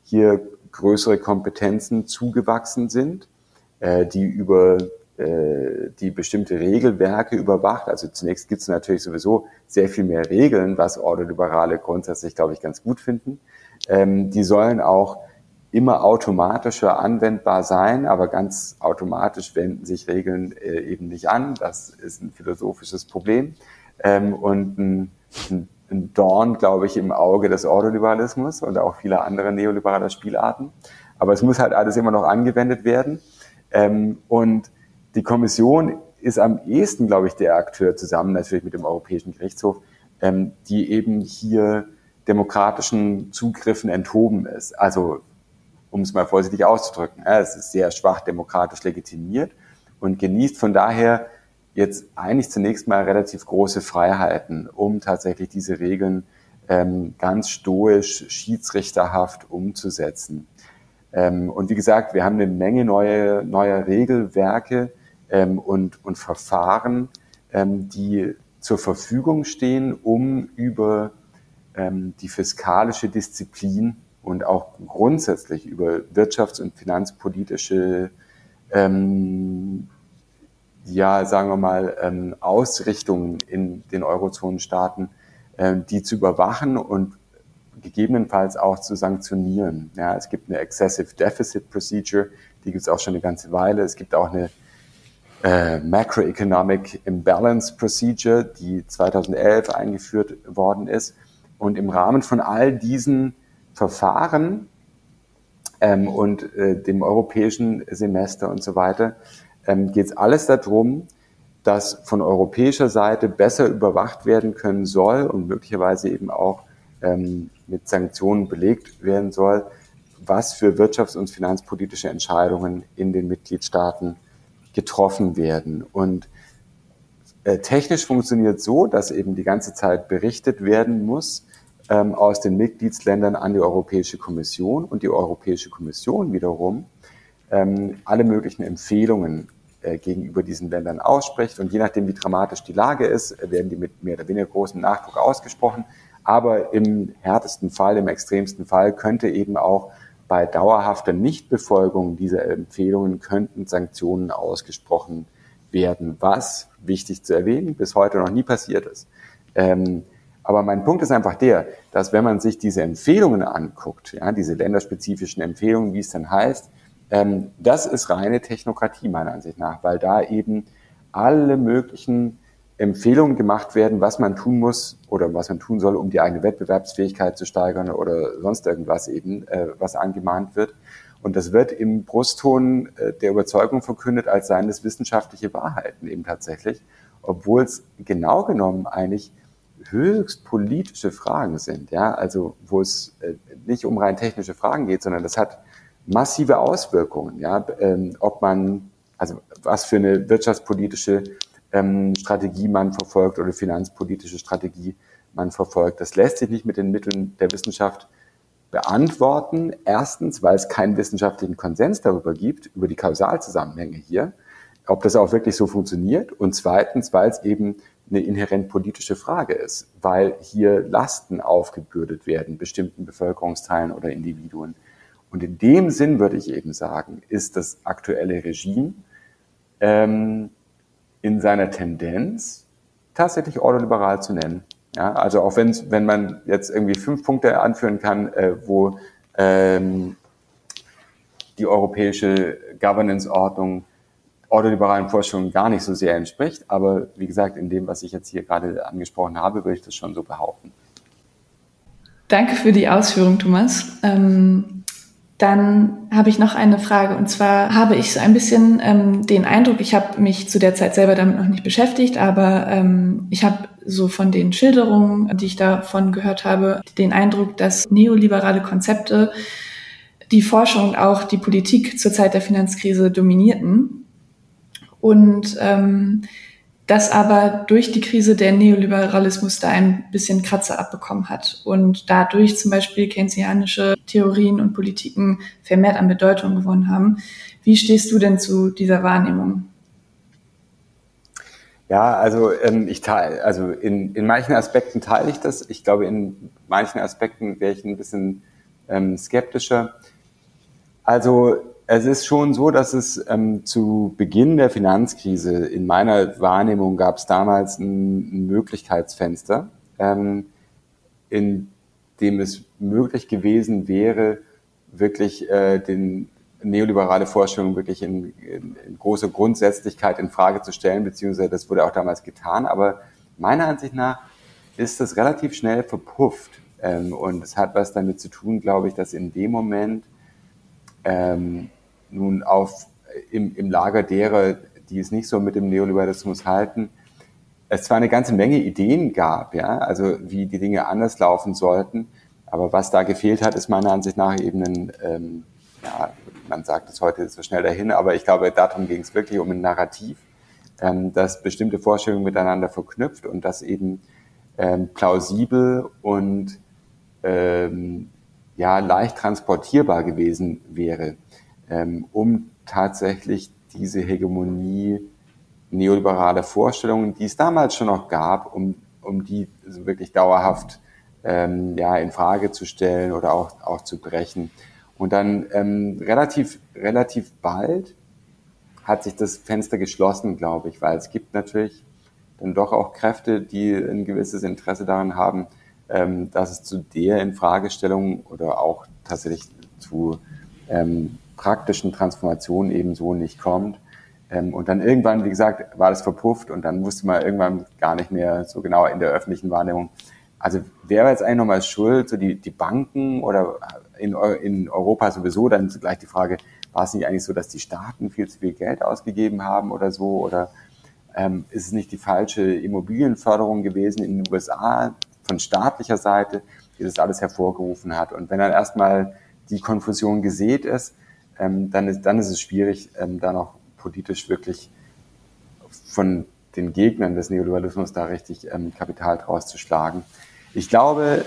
hier größere Kompetenzen zugewachsen sind, die über die bestimmte Regelwerke überwacht. Also zunächst gibt es natürlich sowieso sehr viel mehr Regeln, was Ordoliberale grundsätzlich, glaube ich, ganz gut finden. Die sollen auch immer automatischer anwendbar sein, aber ganz automatisch wenden sich Regeln eben nicht an. Das ist ein philosophisches Problem und ein Dorn, glaube ich, im Auge des Ordoliberalismus und auch vieler anderer neoliberaler Spielarten. Aber es muss halt alles immer noch angewendet werden. Und die Kommission ist am ehesten, glaube ich, der Akteur zusammen natürlich mit dem Europäischen Gerichtshof, die eben hier demokratischen Zugriffen enthoben ist. Also, um es mal vorsichtig auszudrücken, es ist sehr schwach demokratisch legitimiert und genießt von daher jetzt eigentlich zunächst mal relativ große Freiheiten, um tatsächlich diese Regeln ganz stoisch, schiedsrichterhaft umzusetzen. Und wie gesagt, wir haben eine Menge neuer Regelwerke und Verfahren, die zur Verfügung stehen, um über die fiskalische Disziplin und auch grundsätzlich über wirtschafts- und finanzpolitische sagen wir mal, Ausrichtungen in den Eurozonenstaaten, die zu überwachen und gegebenenfalls auch zu sanktionieren. Ja, es gibt eine Excessive Deficit Procedure, die gibt es auch schon eine ganze Weile. Es gibt auch eine Macroeconomic Imbalance Procedure, die 2011 eingeführt worden ist. Und im Rahmen von all diesen Verfahren und dem europäischen Semester und so weiter geht es alles darum, dass von europäischer Seite besser überwacht werden können soll und möglicherweise eben auch mit Sanktionen belegt werden soll, was für wirtschafts- und finanzpolitische Entscheidungen in den Mitgliedstaaten getroffen werden. Und technisch funktioniert so, dass eben die ganze Zeit berichtet werden muss aus den Mitgliedsländern an die Europäische Kommission und die Europäische Kommission wiederum alle möglichen Empfehlungen gegenüber diesen Ländern ausspricht. Und je nachdem, wie dramatisch die Lage ist, werden die mit mehr oder weniger großem Nachdruck ausgesprochen. Aber im härtesten Fall, im extremsten Fall könnte eben auch bei dauerhafter Nichtbefolgung dieser Empfehlungen könnten Sanktionen ausgesprochen werden, was, wichtig zu erwähnen, bis heute noch nie passiert ist. Aber mein Punkt ist einfach der, dass wenn man sich diese Empfehlungen anguckt, ja, diese länderspezifischen Empfehlungen, wie es dann heißt, das ist reine Technokratie meiner Ansicht nach, weil da eben alle möglichen Empfehlungen gemacht werden, was man tun muss oder was man tun soll, um die eigene Wettbewerbsfähigkeit zu steigern oder sonst irgendwas eben, was angemahnt wird. Und das wird im Brustton der Überzeugung verkündet, als seien es wissenschaftliche Wahrheiten eben tatsächlich, obwohl es genau genommen eigentlich höchst politische Fragen sind, ja, also wo es nicht um rein technische Fragen geht, sondern das hat massive Auswirkungen, ja, ob man, also was für eine wirtschaftspolitische Strategie man verfolgt oder finanzpolitische Strategie man verfolgt. Das lässt sich nicht mit den Mitteln der Wissenschaft beantworten. Erstens, weil es keinen wissenschaftlichen Konsens darüber gibt, über die Kausalzusammenhänge hier, ob das auch wirklich so funktioniert. Und zweitens, weil es eben eine inhärent politische Frage ist, weil hier Lasten aufgebürdet werden, bestimmten Bevölkerungsteilen oder Individuen. Und in dem Sinn würde ich eben sagen, ist das aktuelle Regime in seiner Tendenz tatsächlich ordoliberal zu nennen. Ja, also auch wenn man jetzt irgendwie 5 Punkte anführen kann, wo die europäische Governance-Ordnung ordoliberalen Vorstellungen gar nicht so sehr entspricht. Aber wie gesagt, in dem, was ich jetzt hier gerade angesprochen habe, würde ich das schon so behaupten. Danke für die Ausführung, Thomas. Dann habe ich noch eine Frage, und zwar habe ich so ein bisschen den Eindruck, ich habe mich zu der Zeit selber damit noch nicht beschäftigt, aber ich habe so von den Schilderungen, die ich davon gehört habe, den Eindruck, dass neoliberale Konzepte die Forschung und auch die Politik zur Zeit der Finanzkrise dominierten und dass aber durch die Krise der Neoliberalismus da ein bisschen Kratzer abbekommen hat und dadurch zum Beispiel keynesianische Theorien und Politiken vermehrt an Bedeutung gewonnen haben. Wie stehst du denn zu dieser Wahrnehmung? Ja, also in manchen Aspekten teile ich das. Ich glaube, in manchen Aspekten wäre ich ein bisschen skeptischer. Also es ist schon so, dass es zu Beginn der Finanzkrise, in meiner Wahrnehmung gab es damals ein Möglichkeitsfenster, in dem es möglich gewesen wäre, wirklich den neoliberale Vorstellungen wirklich in großer Grundsätzlichkeit in Frage zu stellen, beziehungsweise das wurde auch damals getan. Aber meiner Ansicht nach ist das relativ schnell verpufft. Und es hat was damit zu tun, glaube ich, dass in dem Moment nun im Lager derer, die es nicht so mit dem Neoliberalismus halten, es zwar eine ganze Menge Ideen gab, ja, also wie die Dinge anders laufen sollten, aber was da gefehlt hat, ist meiner Ansicht nach eben ein, man sagt es heute so schnell dahin, aber ich glaube, darum ging es wirklich um ein Narrativ, das bestimmte Vorstellungen miteinander verknüpft und das eben plausibel und leicht transportierbar gewesen wäre, um tatsächlich diese Hegemonie neoliberaler Vorstellungen, die es damals schon noch gab, um die also wirklich dauerhaft in Frage zu stellen oder auch zu brechen. Und dann relativ bald hat sich das Fenster geschlossen, glaube ich, weil es gibt natürlich dann doch auch Kräfte, die ein gewisses Interesse daran haben, dass es zu der Infragestellung oder auch tatsächlich zu praktischen Transformationen ebenso nicht kommt. Und dann irgendwann, wie gesagt, war das verpufft und dann wusste man irgendwann gar nicht mehr so genau in der öffentlichen Wahrnehmung. Also wer war jetzt eigentlich nochmal schuld? So die Banken oder in Europa sowieso? Dann gleich die Frage, war es nicht eigentlich so, dass die Staaten viel zu viel Geld ausgegeben haben oder so? Oder ist es nicht die falsche Immobilienförderung gewesen in den USA von staatlicher Seite, die das alles hervorgerufen hat? Und wenn dann erstmal die Konfusion gesät ist, dann ist es schwierig, da noch politisch wirklich von den Gegnern des Neoliberalismus da richtig Kapital draus zu schlagen. Ich glaube,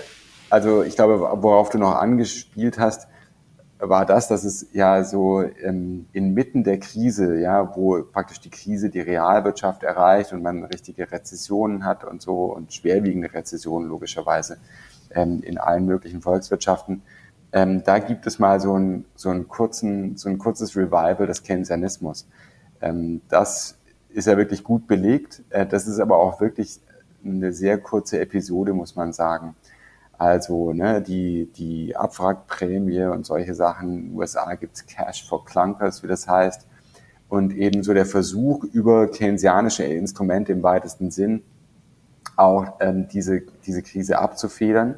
worauf du noch angespielt hast, war dass es ja so inmitten der Krise, ja, wo praktisch die Krise die Realwirtschaft erreicht und man richtige Rezessionen hat und so und schwerwiegende Rezessionen logischerweise in allen möglichen Volkswirtschaften. Da gibt es mal so ein kurzes Revival des Keynesianismus. Das ist ja wirklich gut belegt. Das ist aber auch wirklich eine sehr kurze Episode, muss man sagen. Also die Abwrackprämie und solche Sachen. In den USA gibt's Cash for Clunkers, wie das heißt. Und eben so der Versuch, über keynesianische Instrumente im weitesten Sinn auch diese Krise abzufedern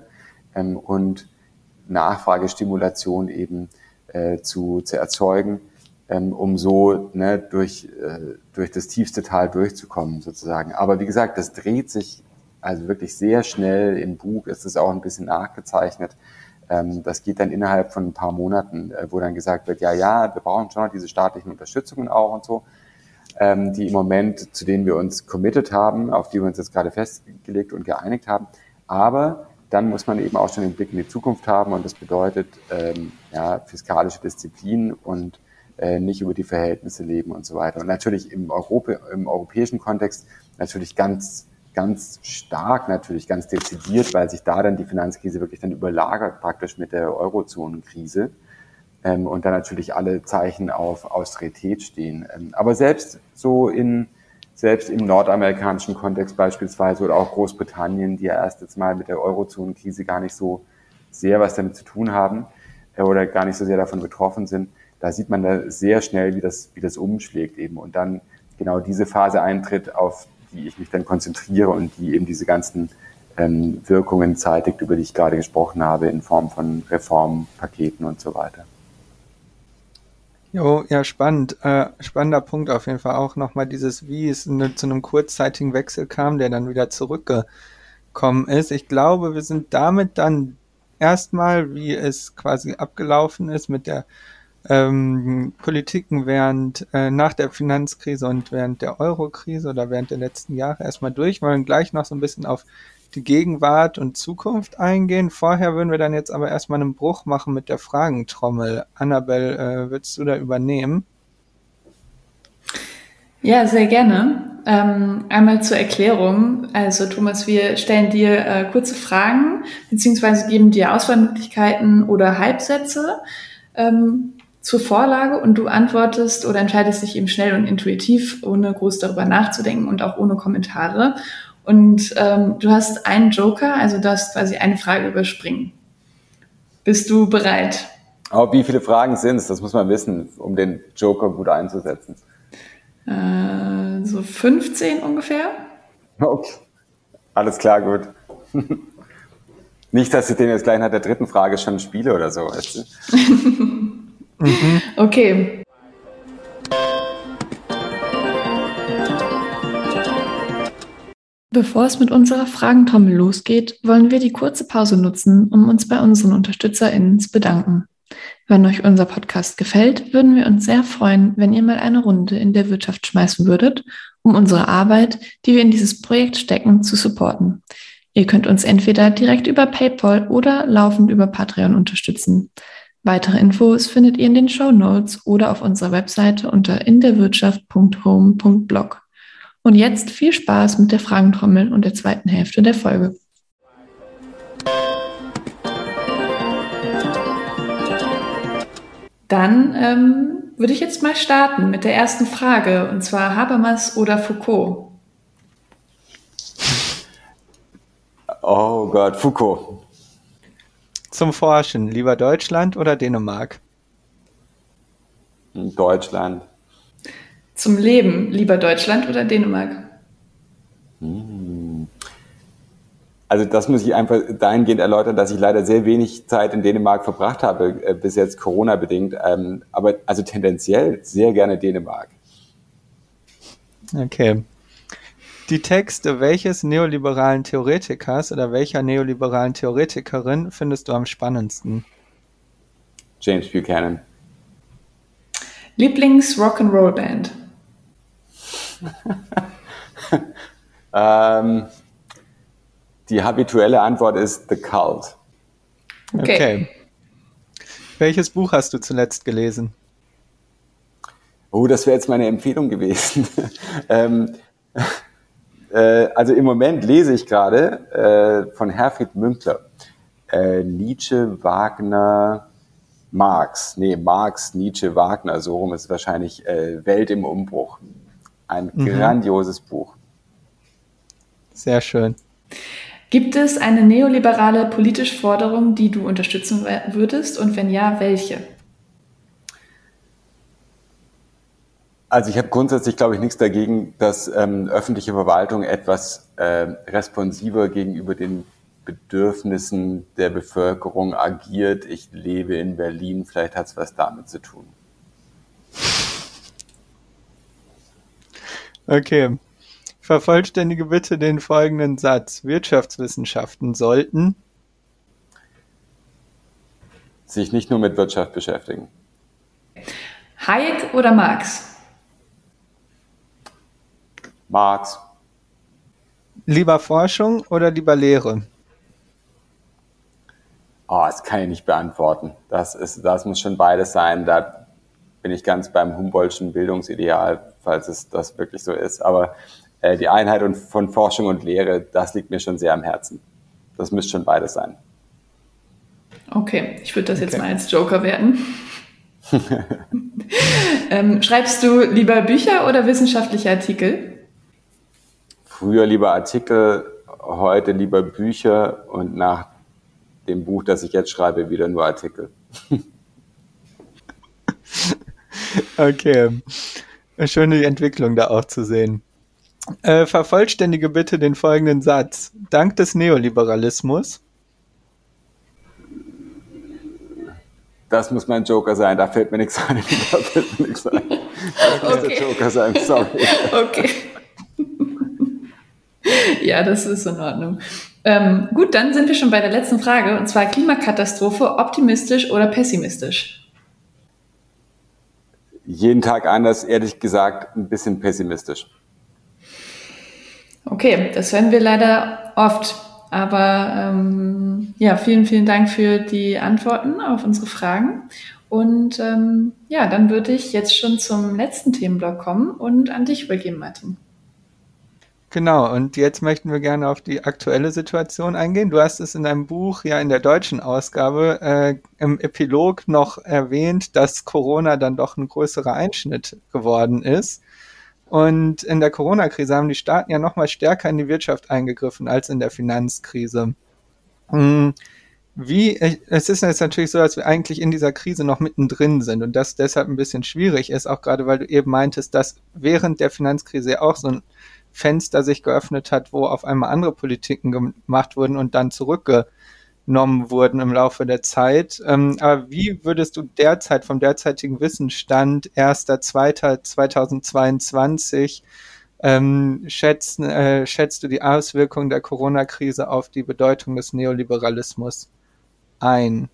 und Nachfragestimulation eben zu erzeugen, um so durch das tiefste Tal durchzukommen sozusagen. Aber wie gesagt, das dreht sich also wirklich sehr schnell. Im Buch ist es auch ein bisschen nachgezeichnet. Das geht dann innerhalb von ein paar Monaten, wo dann gesagt wird, wir brauchen schon noch diese staatlichen Unterstützungen auch und so, die im Moment, zu denen wir uns committed haben, auf die wir uns jetzt gerade festgelegt und geeinigt haben. Aber dann muss man eben auch schon den Blick in die Zukunft haben und das bedeutet fiskalische Disziplin und nicht über die Verhältnisse leben und so weiter. Und natürlich im europäischen Kontext natürlich ganz stark, natürlich ganz dezidiert, weil sich da dann die Finanzkrise wirklich dann überlagert praktisch mit der Eurozonenkrise und dann natürlich alle Zeichen auf Austerität stehen. Aber selbst im nordamerikanischen Kontext beispielsweise oder auch Großbritannien, die ja erst jetzt mal mit der Eurozonenkrise gar nicht so sehr was damit zu tun haben oder gar nicht so sehr davon betroffen sind, da sieht man da sehr schnell, wie das umschlägt eben und dann genau diese Phase eintritt, auf die ich mich dann konzentriere und die eben diese ganzen Wirkungen zeitigt, über die ich gerade gesprochen habe, in Form von Reformpaketen und so weiter. Jo, ja, spannend. Spannender Punkt auf jeden Fall auch nochmal wie es zu einem kurzzeitigen Wechsel kam, der dann wieder zurückgekommen ist. Ich glaube, wir sind damit dann erstmal, wie es quasi abgelaufen ist mit der Politiken nach der Finanzkrise und während der Euro-Krise oder während der letzten Jahre erstmal durch. Wir wollen gleich noch so ein bisschen auf die Gegenwart und Zukunft eingehen. Vorher würden wir dann jetzt aber erstmal einen Bruch machen mit der Fragentrommel. Annabel, würdest du da übernehmen? Ja, sehr gerne. Einmal zur Erklärung. Also Thomas, wir stellen dir kurze Fragen beziehungsweise geben dir Auswahlmöglichkeiten oder Halbsätze zur Vorlage und du antwortest oder entscheidest dich eben schnell und intuitiv, ohne groß darüber nachzudenken und auch ohne Kommentare. Und du hast einen Joker, also darfst quasi eine Frage überspringen. Bist du bereit? Aber wie viele Fragen sind es? Das muss man wissen, um den Joker gut einzusetzen. So 15 ungefähr. Okay. Alles klar, gut. Nicht, dass ich den jetzt gleich nach der dritten Frage schon spiele oder so, weißt du? Okay. Bevor es mit unserer Fragentrommel losgeht, wollen wir die kurze Pause nutzen, um uns bei unseren UnterstützerInnen zu bedanken. Wenn euch unser Podcast gefällt, würden wir uns sehr freuen, wenn ihr mal eine Runde in der Wirtschaft schmeißen würdet, um unsere Arbeit, die wir in dieses Projekt stecken, zu supporten. Ihr könnt uns entweder direkt über PayPal oder laufend über Patreon unterstützen. Weitere Infos findet ihr in den Shownotes oder auf unserer Webseite unter inderwirtschaft.home.blog. Und jetzt viel Spaß mit der Fragentrommel und der zweiten Hälfte der Folge. Dann würde ich jetzt mal starten mit der ersten Frage, und zwar Habermas oder Foucault? Oh Gott, Foucault. Zum Forschen, lieber Deutschland oder Dänemark? Deutschland. Zum Leben, lieber Deutschland oder Dänemark? Also das muss ich einfach dahingehend erläutern, dass ich leider sehr wenig Zeit in Dänemark verbracht habe, bis jetzt Corona-bedingt. Aber also tendenziell sehr gerne Dänemark. Okay. Die Texte welches neoliberalen Theoretikers oder welcher neoliberalen Theoretikerin findest du am spannendsten? James Buchanan. Lieblings-Rock'n'Roll-Band? Die habituelle Antwort ist The Cult. Okay. Welches Buch hast du zuletzt gelesen? Oh, das wäre jetzt meine Empfehlung gewesen. Also im Moment lese ich gerade von Herfried Münkler Nietzsche, Wagner, Marx. Nee, Marx, Nietzsche, Wagner, so rum ist wahrscheinlich Welt im Umbruch. Ein grandioses Buch. Sehr schön. Gibt es eine neoliberale politische Forderung, die du unterstützen würdest? Und wenn ja, welche? Also ich habe grundsätzlich, glaube ich, nichts dagegen, dass öffentliche Verwaltung etwas responsiver gegenüber den Bedürfnissen der Bevölkerung agiert. Ich lebe in Berlin, vielleicht hat es was damit zu tun. Okay. Vervollständige bitte den folgenden Satz. Wirtschaftswissenschaften sollten sich nicht nur mit Wirtschaft beschäftigen. Hayek oder Marx? Marx. Lieber Forschung oder lieber Lehre? Oh, das kann ich nicht beantworten. Das muss schon beides sein. Da bin ich ganz beim Humboldtschen Bildungsideal, falls es das wirklich so ist. Aber die Einheit von Forschung und Lehre, das liegt mir schon sehr am Herzen. Das müsste schon beides sein. Okay, ich würde das jetzt mal als Joker werten. Schreibst du lieber Bücher oder wissenschaftliche Artikel? Früher lieber Artikel, heute lieber Bücher und nach dem Buch, das ich jetzt schreibe, wieder nur Artikel. Okay. Schöne Entwicklung da auch zu sehen. Vervollständige bitte den folgenden Satz. Dank des Neoliberalismus. Das muss mein Joker sein, da fällt mir nichts ein. Das muss der Joker sein, sorry. Okay. Ja, das ist in Ordnung. Gut, dann sind wir schon bei der letzten Frage, und zwar Klimakatastrophe, optimistisch oder pessimistisch? Jeden Tag anders, ehrlich gesagt, ein bisschen pessimistisch. Okay, das hören wir leider oft. Aber ja, vielen, vielen Dank für die Antworten auf unsere Fragen. Und ja, dann würde ich jetzt schon zum letzten Themenblock kommen und an dich übergeben, Martin. Genau, und jetzt möchten wir gerne auf die aktuelle Situation eingehen. Du hast es in deinem Buch, ja in der deutschen Ausgabe, im Epilog noch erwähnt, dass Corona dann doch ein größerer Einschnitt geworden ist. Und in der Corona-Krise haben die Staaten ja noch mal stärker in die Wirtschaft eingegriffen als in der Finanzkrise. Es ist jetzt natürlich so, dass wir eigentlich in dieser Krise noch mittendrin sind und das deshalb ein bisschen schwierig ist, auch gerade weil du eben meintest, dass während der Finanzkrise ja auch so ein Fenster sich geöffnet hat, wo auf einmal andere Politiken gemacht wurden und dann zurückgenommen wurden im Laufe der Zeit. Aber wie würdest du derzeit vom derzeitigen Wissensstand 1.2.2022 schätzt du die Auswirkungen der Corona-Krise auf die Bedeutung des Neoliberalismus ein?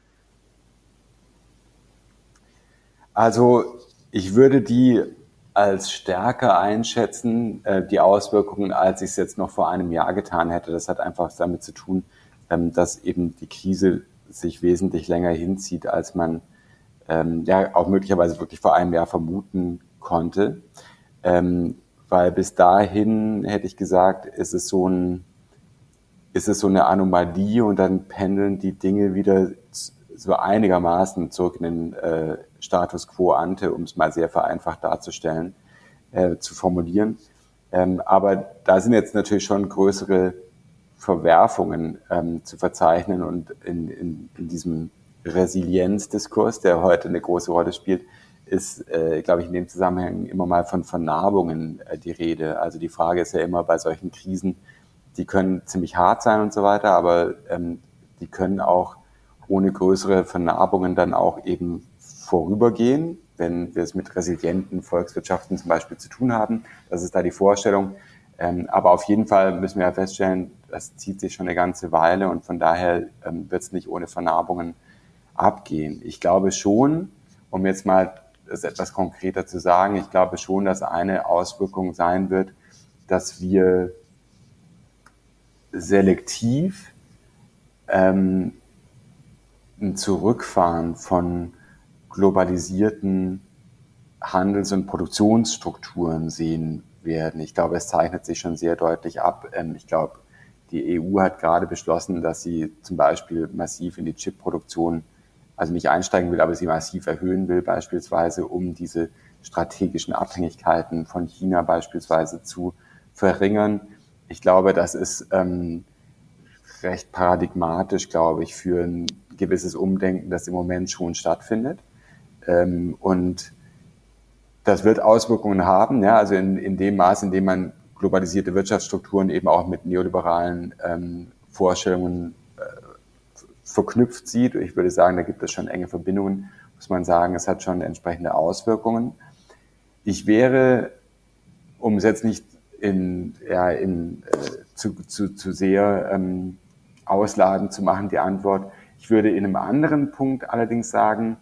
Also ich würde die als stärker einschätzen, die Auswirkungen, als ich es jetzt noch vor einem Jahr getan hätte. Das hat einfach damit zu tun, dass eben die Krise sich wesentlich länger hinzieht, als man ja auch möglicherweise wirklich vor einem Jahr vermuten konnte. Weil bis dahin, hätte ich gesagt, ist es so eine Anomalie und dann pendeln die Dinge wieder so einigermaßen zurück in den Status quo ante, um es mal sehr vereinfacht darzustellen, zu formulieren. Aber da sind jetzt natürlich schon größere Verwerfungen zu verzeichnen und in diesem Resilienzdiskurs, der heute eine große Rolle spielt, ist, glaube ich, in dem Zusammenhang immer mal von Vernarbungen die Rede. Also die Frage ist ja immer bei solchen Krisen, die können ziemlich hart sein und so weiter, aber die können auch ohne größere Vernarbungen dann auch eben vorübergehen, wenn wir es mit resilienten Volkswirtschaften zum Beispiel zu tun haben. Das ist da die Vorstellung. Aber auf jeden Fall müssen wir ja feststellen, das zieht sich schon eine ganze Weile und von daher wird es nicht ohne Vernarbungen abgehen. Ich glaube schon, um jetzt mal das etwas konkreter zu sagen, ich glaube schon, dass eine Auswirkung sein wird, dass wir selektiv ein Zurückfahren von globalisierten Handels- und Produktionsstrukturen sehen werden. Ich glaube, es zeichnet sich schon sehr deutlich ab. Ich glaube, die EU hat gerade beschlossen, dass sie zum Beispiel massiv in die Chipproduktion, also nicht einsteigen will, aber sie massiv erhöhen will, beispielsweise, um diese strategischen Abhängigkeiten von China beispielsweise zu verringern. Ich glaube, das ist recht paradigmatisch, glaube ich, für ein gewisses Umdenken, das im Moment schon stattfindet. Und das wird Auswirkungen haben, ja, also in dem Maß, in dem man globalisierte Wirtschaftsstrukturen eben auch mit neoliberalen Vorstellungen verknüpft sieht. Ich würde sagen, da gibt es schon enge Verbindungen, muss man sagen, es hat schon entsprechende Auswirkungen. Ich wäre, um es jetzt nicht zu sehr ausladend zu machen, die Antwort, ich würde in einem anderen Punkt allerdings sagen,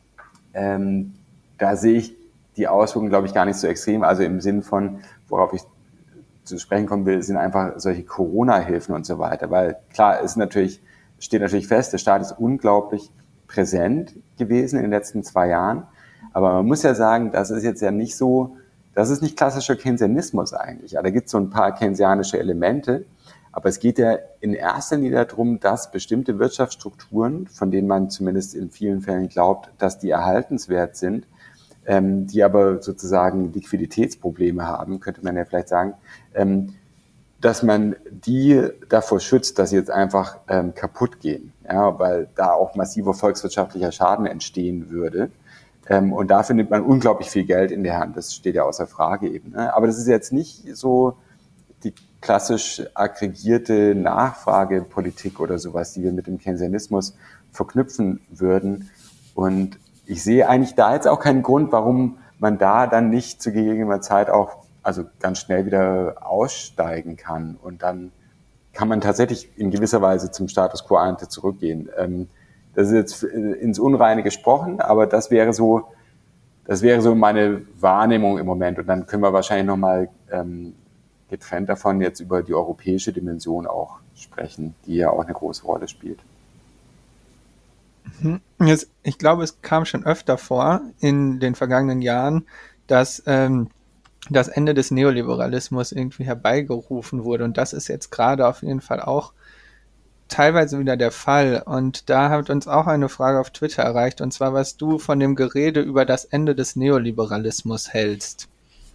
da sehe ich die Auswirkungen, glaube ich, gar nicht so extrem. Also im Sinn von, worauf ich zu sprechen kommen will, sind einfach solche Corona-Hilfen und so weiter. Weil klar, steht natürlich fest, der Staat ist unglaublich präsent gewesen in den letzten 2 Jahren. Aber man muss ja sagen, das ist jetzt ja nicht so, das ist nicht klassischer Keynesianismus eigentlich. Ja, da gibt es so ein paar keynesianische Elemente. Aber es geht ja in erster Linie darum, dass bestimmte Wirtschaftsstrukturen, von denen man zumindest in vielen Fällen glaubt, dass die erhaltenswert sind, die aber sozusagen Liquiditätsprobleme haben, könnte man ja vielleicht sagen, dass man die davor schützt, dass sie jetzt einfach kaputt gehen, ja, weil da auch massiver volkswirtschaftlicher Schaden entstehen würde. Und dafür nimmt man unglaublich viel Geld in die Hand, das steht ja außer Frage eben. Ne? Aber das ist jetzt nicht so die klassisch aggregierte Nachfragepolitik oder sowas, die wir mit dem Keynesianismus verknüpfen würden. Und ich sehe eigentlich da jetzt auch keinen Grund, warum man da dann nicht zu gegebener Zeit auch also ganz schnell wieder aussteigen kann. Und dann kann man tatsächlich in gewisser Weise zum Status quo ante zurückgehen. Das ist jetzt ins Unreine gesprochen, aber das wäre so meine Wahrnehmung im Moment. Und dann können wir wahrscheinlich nochmal getrennt davon jetzt über die europäische Dimension auch sprechen, die ja auch eine große Rolle spielt. Ich glaube, es kam schon öfter vor in den vergangenen Jahren, dass das Ende des Neoliberalismus irgendwie herbeigerufen wurde. Und das ist jetzt gerade auf jeden Fall auch teilweise wieder der Fall. Und da hat uns auch eine Frage auf Twitter erreicht, und zwar, was du von dem Gerede über das Ende des Neoliberalismus hältst.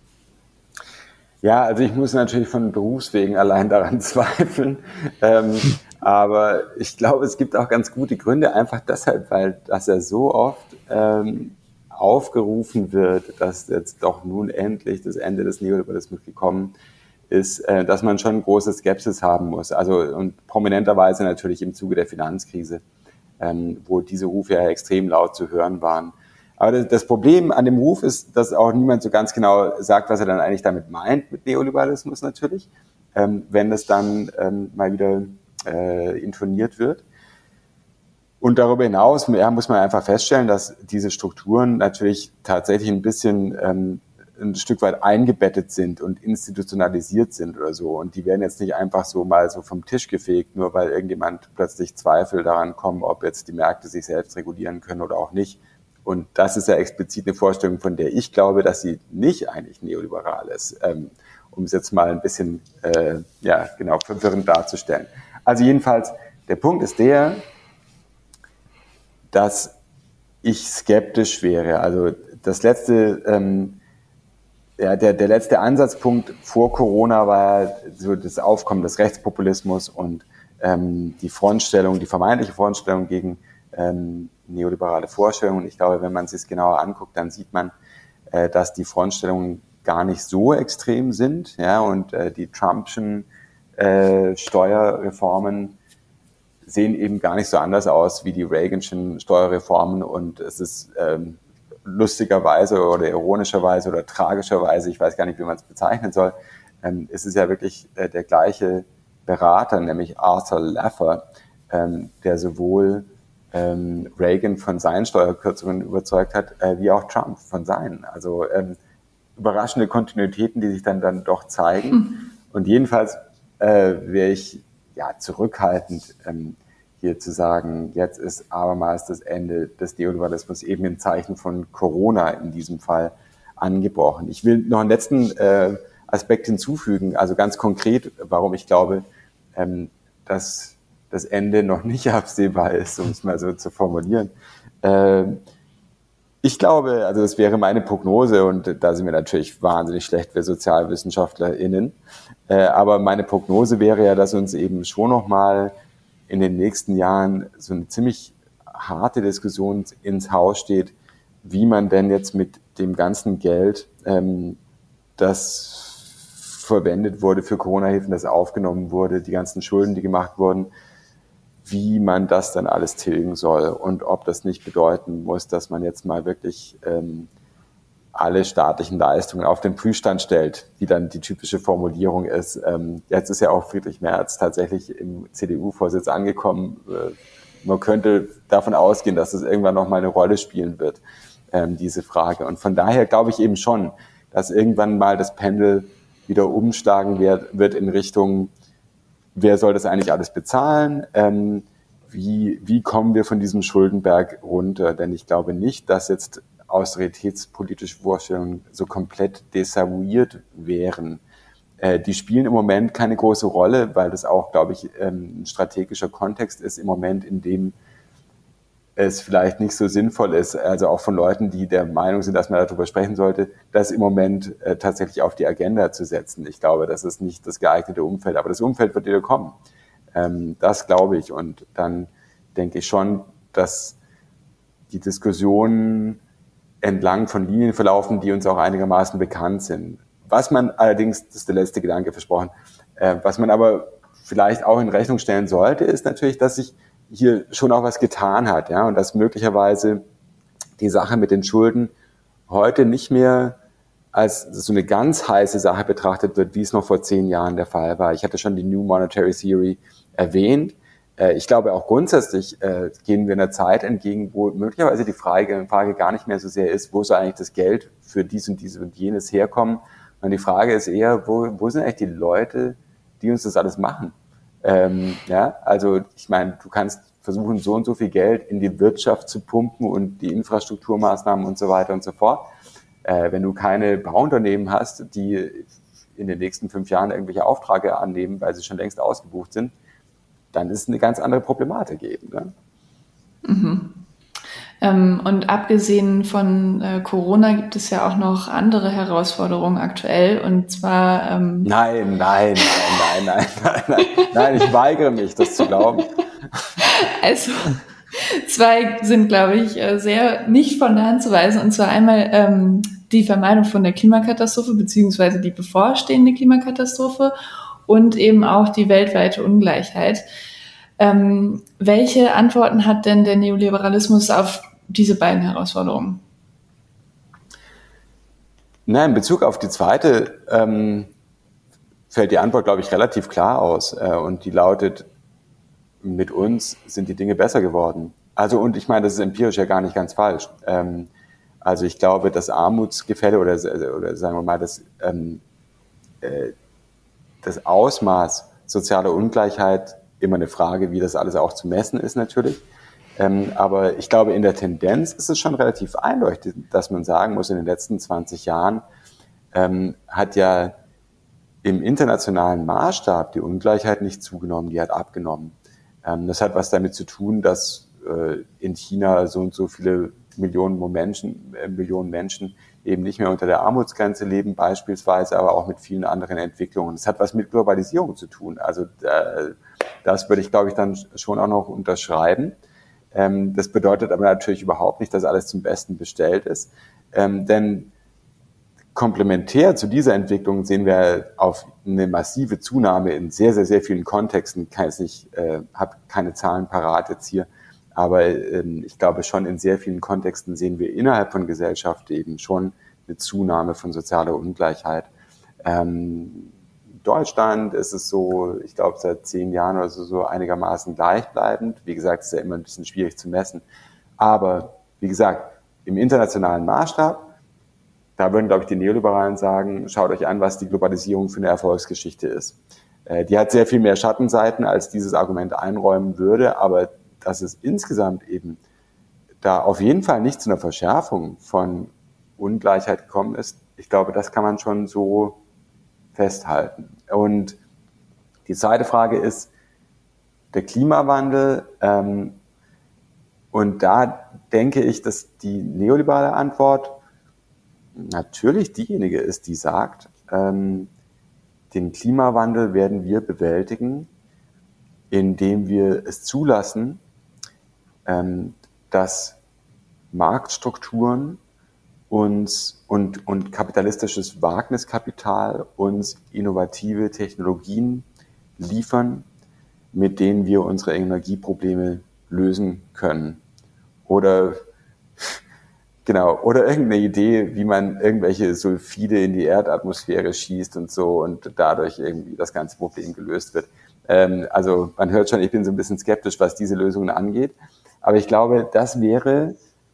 Ja, also ich muss natürlich von Berufswegen allein daran zweifeln. Aber ich glaube, es gibt auch ganz gute Gründe, einfach deshalb, weil das ja so oft aufgerufen wird, dass jetzt doch nun endlich das Ende des Neoliberalismus gekommen ist, dass man schon große Skepsis haben muss. Also und prominenterweise natürlich im Zuge der Finanzkrise, wo diese Rufe ja extrem laut zu hören waren. Aber das Problem an dem Ruf ist, dass auch niemand so ganz genau sagt, was er dann eigentlich damit meint, mit Neoliberalismus natürlich, wenn das dann mal wieder intoniert wird. Und darüber hinaus muss man einfach feststellen, dass diese Strukturen natürlich tatsächlich ein bisschen ein Stück weit eingebettet sind und institutionalisiert sind oder so. Und die werden jetzt nicht einfach so mal so vom Tisch gefegt, nur weil irgendjemand plötzlich Zweifel daran kommen, ob jetzt die Märkte sich selbst regulieren können oder auch nicht. Und das ist ja explizit eine Vorstellung, von der ich glaube, dass sie nicht eigentlich neoliberal ist, um es jetzt mal ein bisschen verwirrend darzustellen. Also jedenfalls, der Punkt ist der, dass ich skeptisch wäre. Also das letzte, der letzte Ansatzpunkt vor Corona war so das Aufkommen des Rechtspopulismus und die Frontstellung, die vermeintliche Frontstellung gegen neoliberale Vorstellungen. Und ich glaube, wenn man es sich genauer anguckt, dann sieht man, dass die Frontstellungen gar nicht so extrem sind. Ja, und die Trumpschen Steuerreformen sehen eben gar nicht so anders aus wie die Reaganschen Steuerreformen. Und es ist lustigerweise oder ironischerweise oder tragischerweise, ich weiß gar nicht, wie man es bezeichnen soll, es ist ja wirklich der gleiche Berater, nämlich Arthur Laffer, der sowohl Reagan von seinen Steuerkürzungen überzeugt hat, wie auch Trump von seinen. Also überraschende Kontinuitäten, die sich dann doch zeigen. Und jedenfalls wäre ich zurückhaltend, hier zu sagen, jetzt ist abermals das Ende des Neoliberalismus eben im Zeichen von Corona in diesem Fall angebrochen. Ich will noch einen letzten Aspekt hinzufügen, also ganz konkret, warum ich glaube, dass das Ende noch nicht absehbar ist, um es mal so zu formulieren. Ich glaube, also das wäre meine Prognose und da sind wir natürlich wahnsinnig schlecht für SozialwissenschaftlerInnen, aber meine Prognose wäre ja, dass uns eben schon nochmal in den nächsten Jahren so eine ziemlich harte Diskussion ins Haus steht, wie man denn jetzt mit dem ganzen Geld, das verwendet wurde für Corona-Hilfen, das aufgenommen wurde, die ganzen Schulden, die gemacht wurden, wie man das dann alles tilgen soll und ob das nicht bedeuten muss, dass man jetzt mal wirklich alle staatlichen Leistungen auf den Prüfstand stellt, wie dann die typische Formulierung ist. Jetzt ist ja auch Friedrich Merz tatsächlich im CDU-Vorsitz angekommen. Man könnte davon ausgehen, dass es irgendwann noch mal eine Rolle spielen wird, diese Frage. Und von daher glaube ich eben schon, dass irgendwann mal das Pendel wieder umschlagen wird in Richtung, wer soll das eigentlich alles bezahlen? Wie kommen wir von diesem Schuldenberg runter? Denn ich glaube nicht, dass jetzt austeritätspolitische Vorstellungen so komplett desavouiert wären. Die spielen im Moment keine große Rolle, weil das auch, glaube ich, ein strategischer Kontext ist im Moment, in dem es vielleicht nicht so sinnvoll ist, also auch von Leuten, die der Meinung sind, dass man darüber sprechen sollte, das im Moment tatsächlich auf die Agenda zu setzen. Ich glaube, das ist nicht das geeignete Umfeld, aber das Umfeld wird wieder kommen. Das glaube ich. Und dann denke ich schon, dass die Diskussionen entlang von Linien verlaufen, die uns auch einigermaßen bekannt sind. Was man allerdings, das ist der letzte Gedanke versprochen, was man aber vielleicht auch in Rechnung stellen sollte, ist natürlich, dass sich hier schon auch was getan hat, ja, und dass möglicherweise die Sache mit den Schulden heute nicht mehr als so eine ganz heiße Sache betrachtet wird, wie es noch vor 10 Jahren der Fall war. Ich hatte schon die New Monetary Theory erwähnt. Ich glaube auch grundsätzlich gehen wir einer Zeit entgegen, wo möglicherweise die Frage gar nicht mehr so sehr ist, wo soll eigentlich das Geld für dies und jenes herkommen. Und die Frage ist eher, wo sind eigentlich die Leute, die uns das alles machen? Also ich meine, du kannst versuchen, so und so viel Geld in die Wirtschaft zu pumpen und die Infrastrukturmaßnahmen und so weiter und so fort. Wenn du keine Bauunternehmen hast, die in den nächsten 5 Jahren irgendwelche Aufträge annehmen, weil sie schon längst ausgebucht sind, dann ist eine ganz andere Problematik eben. Ne? Mhm. Und abgesehen von Corona gibt es ja auch noch andere Herausforderungen aktuell, und zwar... Nein, ich weigere mich, das zu glauben. Also 2 sind, glaube ich, sehr nicht von der Hand zu weisen, und zwar einmal die Vermeidung von der Klimakatastrophe beziehungsweise die bevorstehende Klimakatastrophe und eben auch die weltweite Ungleichheit. Welche Antworten hat denn der Neoliberalismus auf diese beiden Herausforderungen? Na, in Bezug auf die zweite fällt die Antwort, glaube ich, relativ klar aus. Und die lautet, mit uns sind die Dinge besser geworden. Also, und ich meine, das ist empirisch ja gar nicht ganz falsch. Also ich glaube, das Armutsgefälle oder sagen wir mal, das Ausmaß sozialer Ungleichheit, immer eine Frage, wie das alles auch zu messen ist natürlich. Aber ich glaube, in der Tendenz ist es schon relativ eindeutig, dass man sagen muss, in den letzten 20 Jahren hat ja im internationalen Maßstab die Ungleichheit nicht zugenommen, die hat abgenommen. Das hat was damit zu tun, dass in China so und so viele Millionen Menschen eben nicht mehr unter der Armutsgrenze leben beispielsweise, aber auch mit vielen anderen Entwicklungen. Das hat was mit Globalisierung zu tun. Also das würde ich, glaube ich, dann schon auch noch unterschreiben. Das bedeutet aber natürlich überhaupt nicht, dass alles zum Besten bestellt ist. Denn komplementär zu dieser Entwicklung sehen wir auf eine massive Zunahme in sehr, sehr, sehr vielen Kontexten. Habe keine Zahlen parat jetzt hier, aber ich glaube schon in sehr vielen Kontexten sehen wir innerhalb von Gesellschaft eben schon eine Zunahme von sozialer Ungleichheit. In Deutschland ist es so, ich glaube seit 10 Jahren oder so einigermaßen gleichbleibend. Wie gesagt, ist ja immer ein bisschen schwierig zu messen. Aber wie gesagt, im internationalen Maßstab, da würden, glaube ich, die Neoliberalen sagen, schaut euch an, was die Globalisierung für eine Erfolgsgeschichte ist. Die hat sehr viel mehr Schattenseiten, als dieses Argument einräumen würde, aber dass es insgesamt eben da auf jeden Fall nicht zu einer Verschärfung von Ungleichheit gekommen ist, ich glaube, das kann man schon so festhalten. Und die zweite Frage ist der Klimawandel. Und da denke ich, dass die neoliberale Antwort natürlich diejenige ist, die sagt, den Klimawandel werden wir bewältigen, indem wir es zulassen, dass Marktstrukturen uns und kapitalistisches Wagniskapital uns innovative Technologien liefern, mit denen wir unsere Energieprobleme lösen können. Oder irgendeine Idee, wie man irgendwelche Sulfide in die Erdatmosphäre schießt und so und dadurch irgendwie das ganze Problem gelöst wird. Also man hört schon, ich bin so ein bisschen skeptisch, was diese Lösungen angeht. Aber ich glaube, das wäre,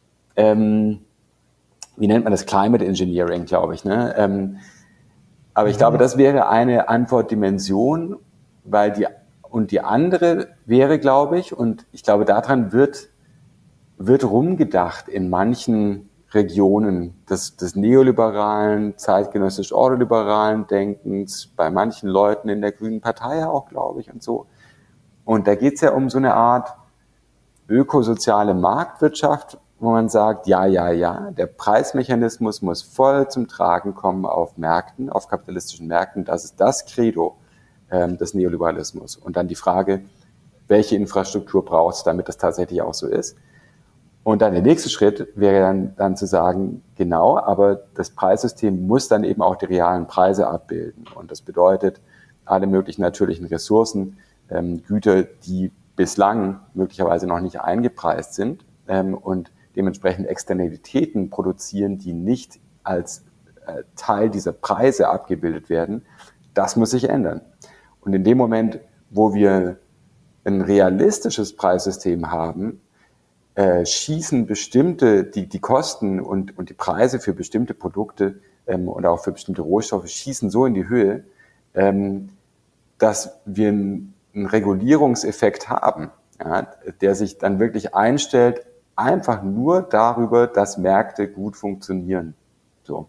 wie nennt man das? Climate Engineering, glaube ich. Ne? Aber ich glaube, das wäre eine Antwortdimension, weil die andere wäre, glaube ich, und ich glaube, daran wird rumgedacht in manchen Regionen des neoliberalen, zeitgenössisch-ordoliberalen Denkens, bei manchen Leuten in der Grünen Partei auch, glaube ich, und so. Und da geht's ja um so eine Art ökosoziale Marktwirtschaft, wo man sagt, ja, der Preismechanismus muss voll zum Tragen kommen auf Märkten, auf kapitalistischen Märkten. Das ist das Credo des Neoliberalismus. Und dann die Frage, welche Infrastruktur braucht es, damit das tatsächlich auch so ist. Und dann der nächste Schritt wäre dann zu sagen, genau, aber das Preissystem muss dann eben auch die realen Preise abbilden. Und das bedeutet, alle möglichen natürlichen Ressourcen, Güter, die bislang möglicherweise noch nicht eingepreist sind und dementsprechend Externalitäten produzieren, die nicht als Teil dieser Preise abgebildet werden, das muss sich ändern. Und in dem Moment, wo wir ein realistisches Preissystem haben, schießen die Kosten und die Preise für bestimmte Produkte und auch für bestimmte Rohstoffe schießen so in die Höhe, dass wir einen Regulierungseffekt haben. ja, der sich dann wirklich einstellt, einfach nur darüber, dass Märkte gut funktionieren. So.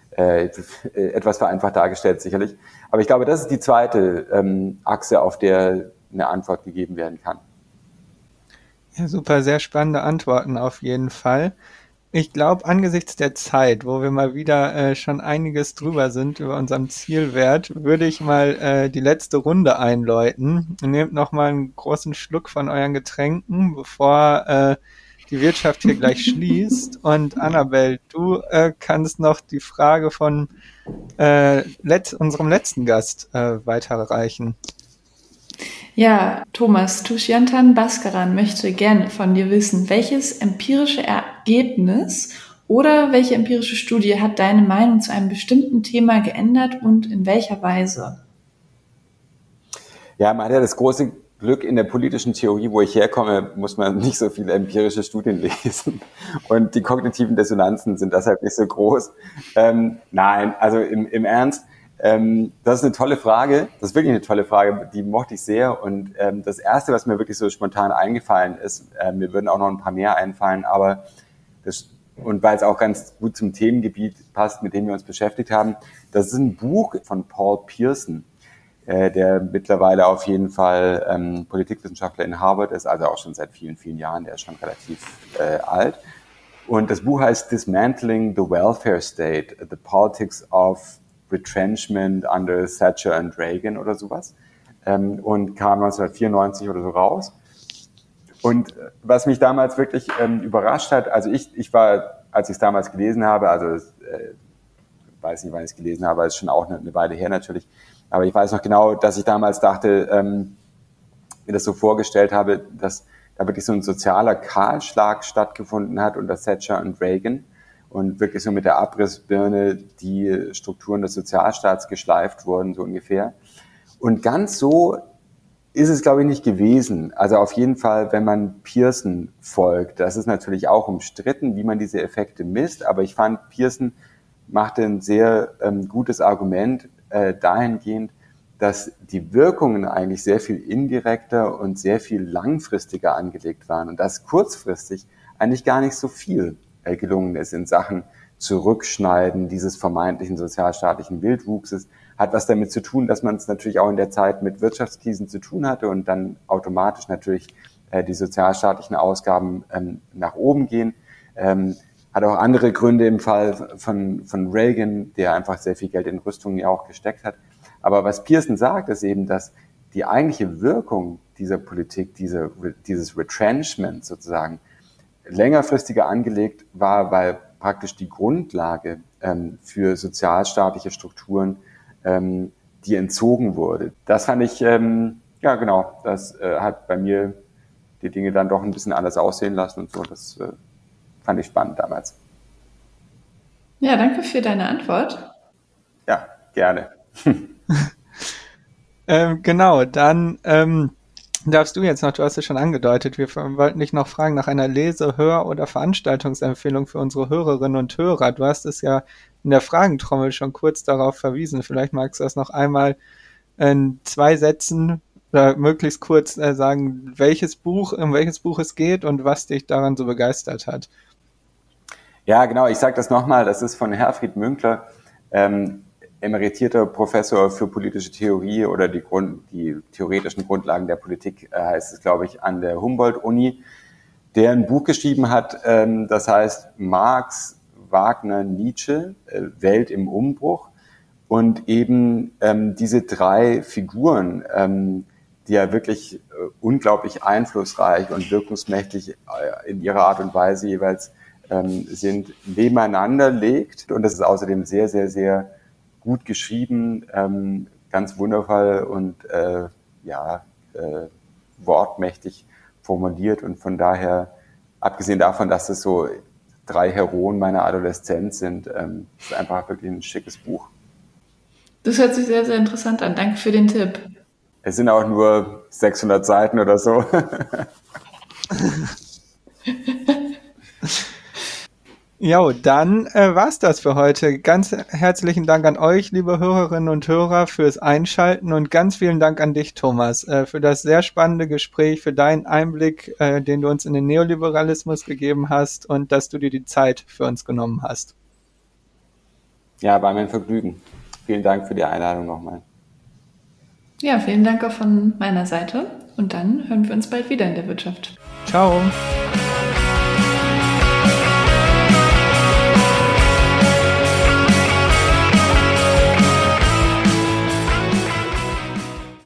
Etwas vereinfacht dargestellt sicherlich. Aber ich glaube, das ist die zweite Achse, auf der eine Antwort gegeben werden kann. Ja, super, sehr spannende Antworten auf jeden Fall. Ich glaube, angesichts der Zeit, wo wir mal wieder schon einiges drüber sind über unserem Zielwert, würde ich mal die letzte Runde einläuten. Nehmt noch mal einen großen Schluck von euren Getränken, bevor die Wirtschaft hier gleich schließt. Und Annabel, du kannst noch die Frage von unserem letzten Gast weiterreichen. Ja, Thomas, Tushyantan Bhaskaran möchte gerne von dir wissen, welches empirische Ergebnis oder welche empirische Studie hat deine Meinung zu einem bestimmten Thema geändert und in welcher Weise? Ja, man hat ja das große Glück in der politischen Theorie, wo ich herkomme, muss man nicht so viele empirische Studien lesen. Und die kognitiven Dissonanzen sind deshalb nicht so groß. Nein, also im Ernst, das ist eine tolle Frage. Das ist wirklich eine tolle Frage. Die mochte ich sehr. Und das Erste, was mir wirklich so spontan eingefallen ist, mir würden auch noch ein paar mehr einfallen, aber und weil es auch ganz gut zum Themengebiet passt, mit dem wir uns beschäftigt haben, das ist ein Buch von Paul Pierson, der mittlerweile auf jeden Fall Politikwissenschaftler in Harvard ist, also auch schon seit vielen, vielen Jahren. Der ist schon relativ alt. Und das Buch heißt Dismantling the Welfare State, The Politics of Retrenchment under Thatcher and Reagan oder sowas, und kam 1994 oder so raus. Und was mich damals wirklich überrascht hat, also ich war, als ich es damals gelesen habe, also weiß nicht, wann ich es gelesen habe, ist schon auch eine Weile her natürlich, aber ich weiß noch genau, dass ich damals dachte, mir das so vorgestellt habe, dass da wirklich so ein sozialer Kahlschlag stattgefunden hat unter Thatcher und Reagan und wirklich so mit der Abrissbirne die Strukturen des Sozialstaats geschleift wurden, so ungefähr. Und ganz so ist es, glaube ich, nicht gewesen. Also auf jeden Fall, wenn man Pierson folgt, das ist natürlich auch umstritten, wie man diese Effekte misst, aber ich fand, Pierson machte ein sehr gutes Argument dahingehend, dass die Wirkungen eigentlich sehr viel indirekter und sehr viel langfristiger angelegt waren und dass kurzfristig eigentlich gar nicht so viel gelungen ist in Sachen Zurückschneiden dieses vermeintlichen sozialstaatlichen Wildwuchses. Hat was damit zu tun, dass man es natürlich auch in der Zeit mit Wirtschaftskrisen zu tun hatte und dann automatisch natürlich die sozialstaatlichen Ausgaben nach oben gehen. Hat auch andere Gründe im Fall von Reagan, der einfach sehr viel Geld in Rüstungen ja auch gesteckt hat. Aber was Pierson sagt, ist eben, dass die eigentliche Wirkung dieser Politik, dieses Retrenchment sozusagen, längerfristiger angelegt war, weil praktisch die Grundlage für sozialstaatliche Strukturen, die entzogen wurde. Das fand ich, ja genau, das hat bei mir die Dinge dann doch ein bisschen anders aussehen lassen und so. Das fand ich spannend damals. Ja, danke für deine Antwort. Ja, gerne. Genau, dann darfst du jetzt noch, du hast es schon angedeutet, wir wollten dich noch fragen nach einer Lese-, Hör- oder Veranstaltungsempfehlung für unsere Hörerinnen und Hörer. Du hast es ja in der Fragentrommel schon kurz darauf verwiesen. Vielleicht magst du das noch einmal in 2 Sätzen oder möglichst kurz sagen, um welches Buch es geht und was dich daran so begeistert hat. Ja, genau, ich sage das nochmal, das ist von Herfried Münkler, emeritierter Professor für politische Theorie oder die theoretischen Grundlagen der Politik, heißt es, glaube ich, an der Humboldt-Uni, der ein Buch geschrieben hat, das heißt Marx, Wagner, Nietzsche, Welt im Umbruch. Und eben diese 3 Figuren, die ja wirklich unglaublich einflussreich und wirkungsmächtig in ihrer Art und Weise jeweils sind, nebeneinander legt. Und das ist außerdem sehr, sehr, sehr gut geschrieben, ganz wundervoll und wortmächtig formuliert. Und von daher, abgesehen davon, dass es so 3 Heroen meiner Adoleszenz sind, ist einfach wirklich ein schickes Buch. Das hört sich sehr, sehr interessant an. Danke für den Tipp. Es sind auch nur 600 Seiten oder so. Jo, dann war's das für heute. Ganz herzlichen Dank an euch, liebe Hörerinnen und Hörer, fürs Einschalten und ganz vielen Dank an dich, Thomas, für das sehr spannende Gespräch, für deinen Einblick, den du uns in den Neoliberalismus gegeben hast und dass du dir die Zeit für uns genommen hast. Ja, war mir ein Vergnügen. Vielen Dank für die Einladung nochmal. Ja, vielen Dank auch von meiner Seite und dann hören wir uns bald wieder in der Wirtschaft. Ciao.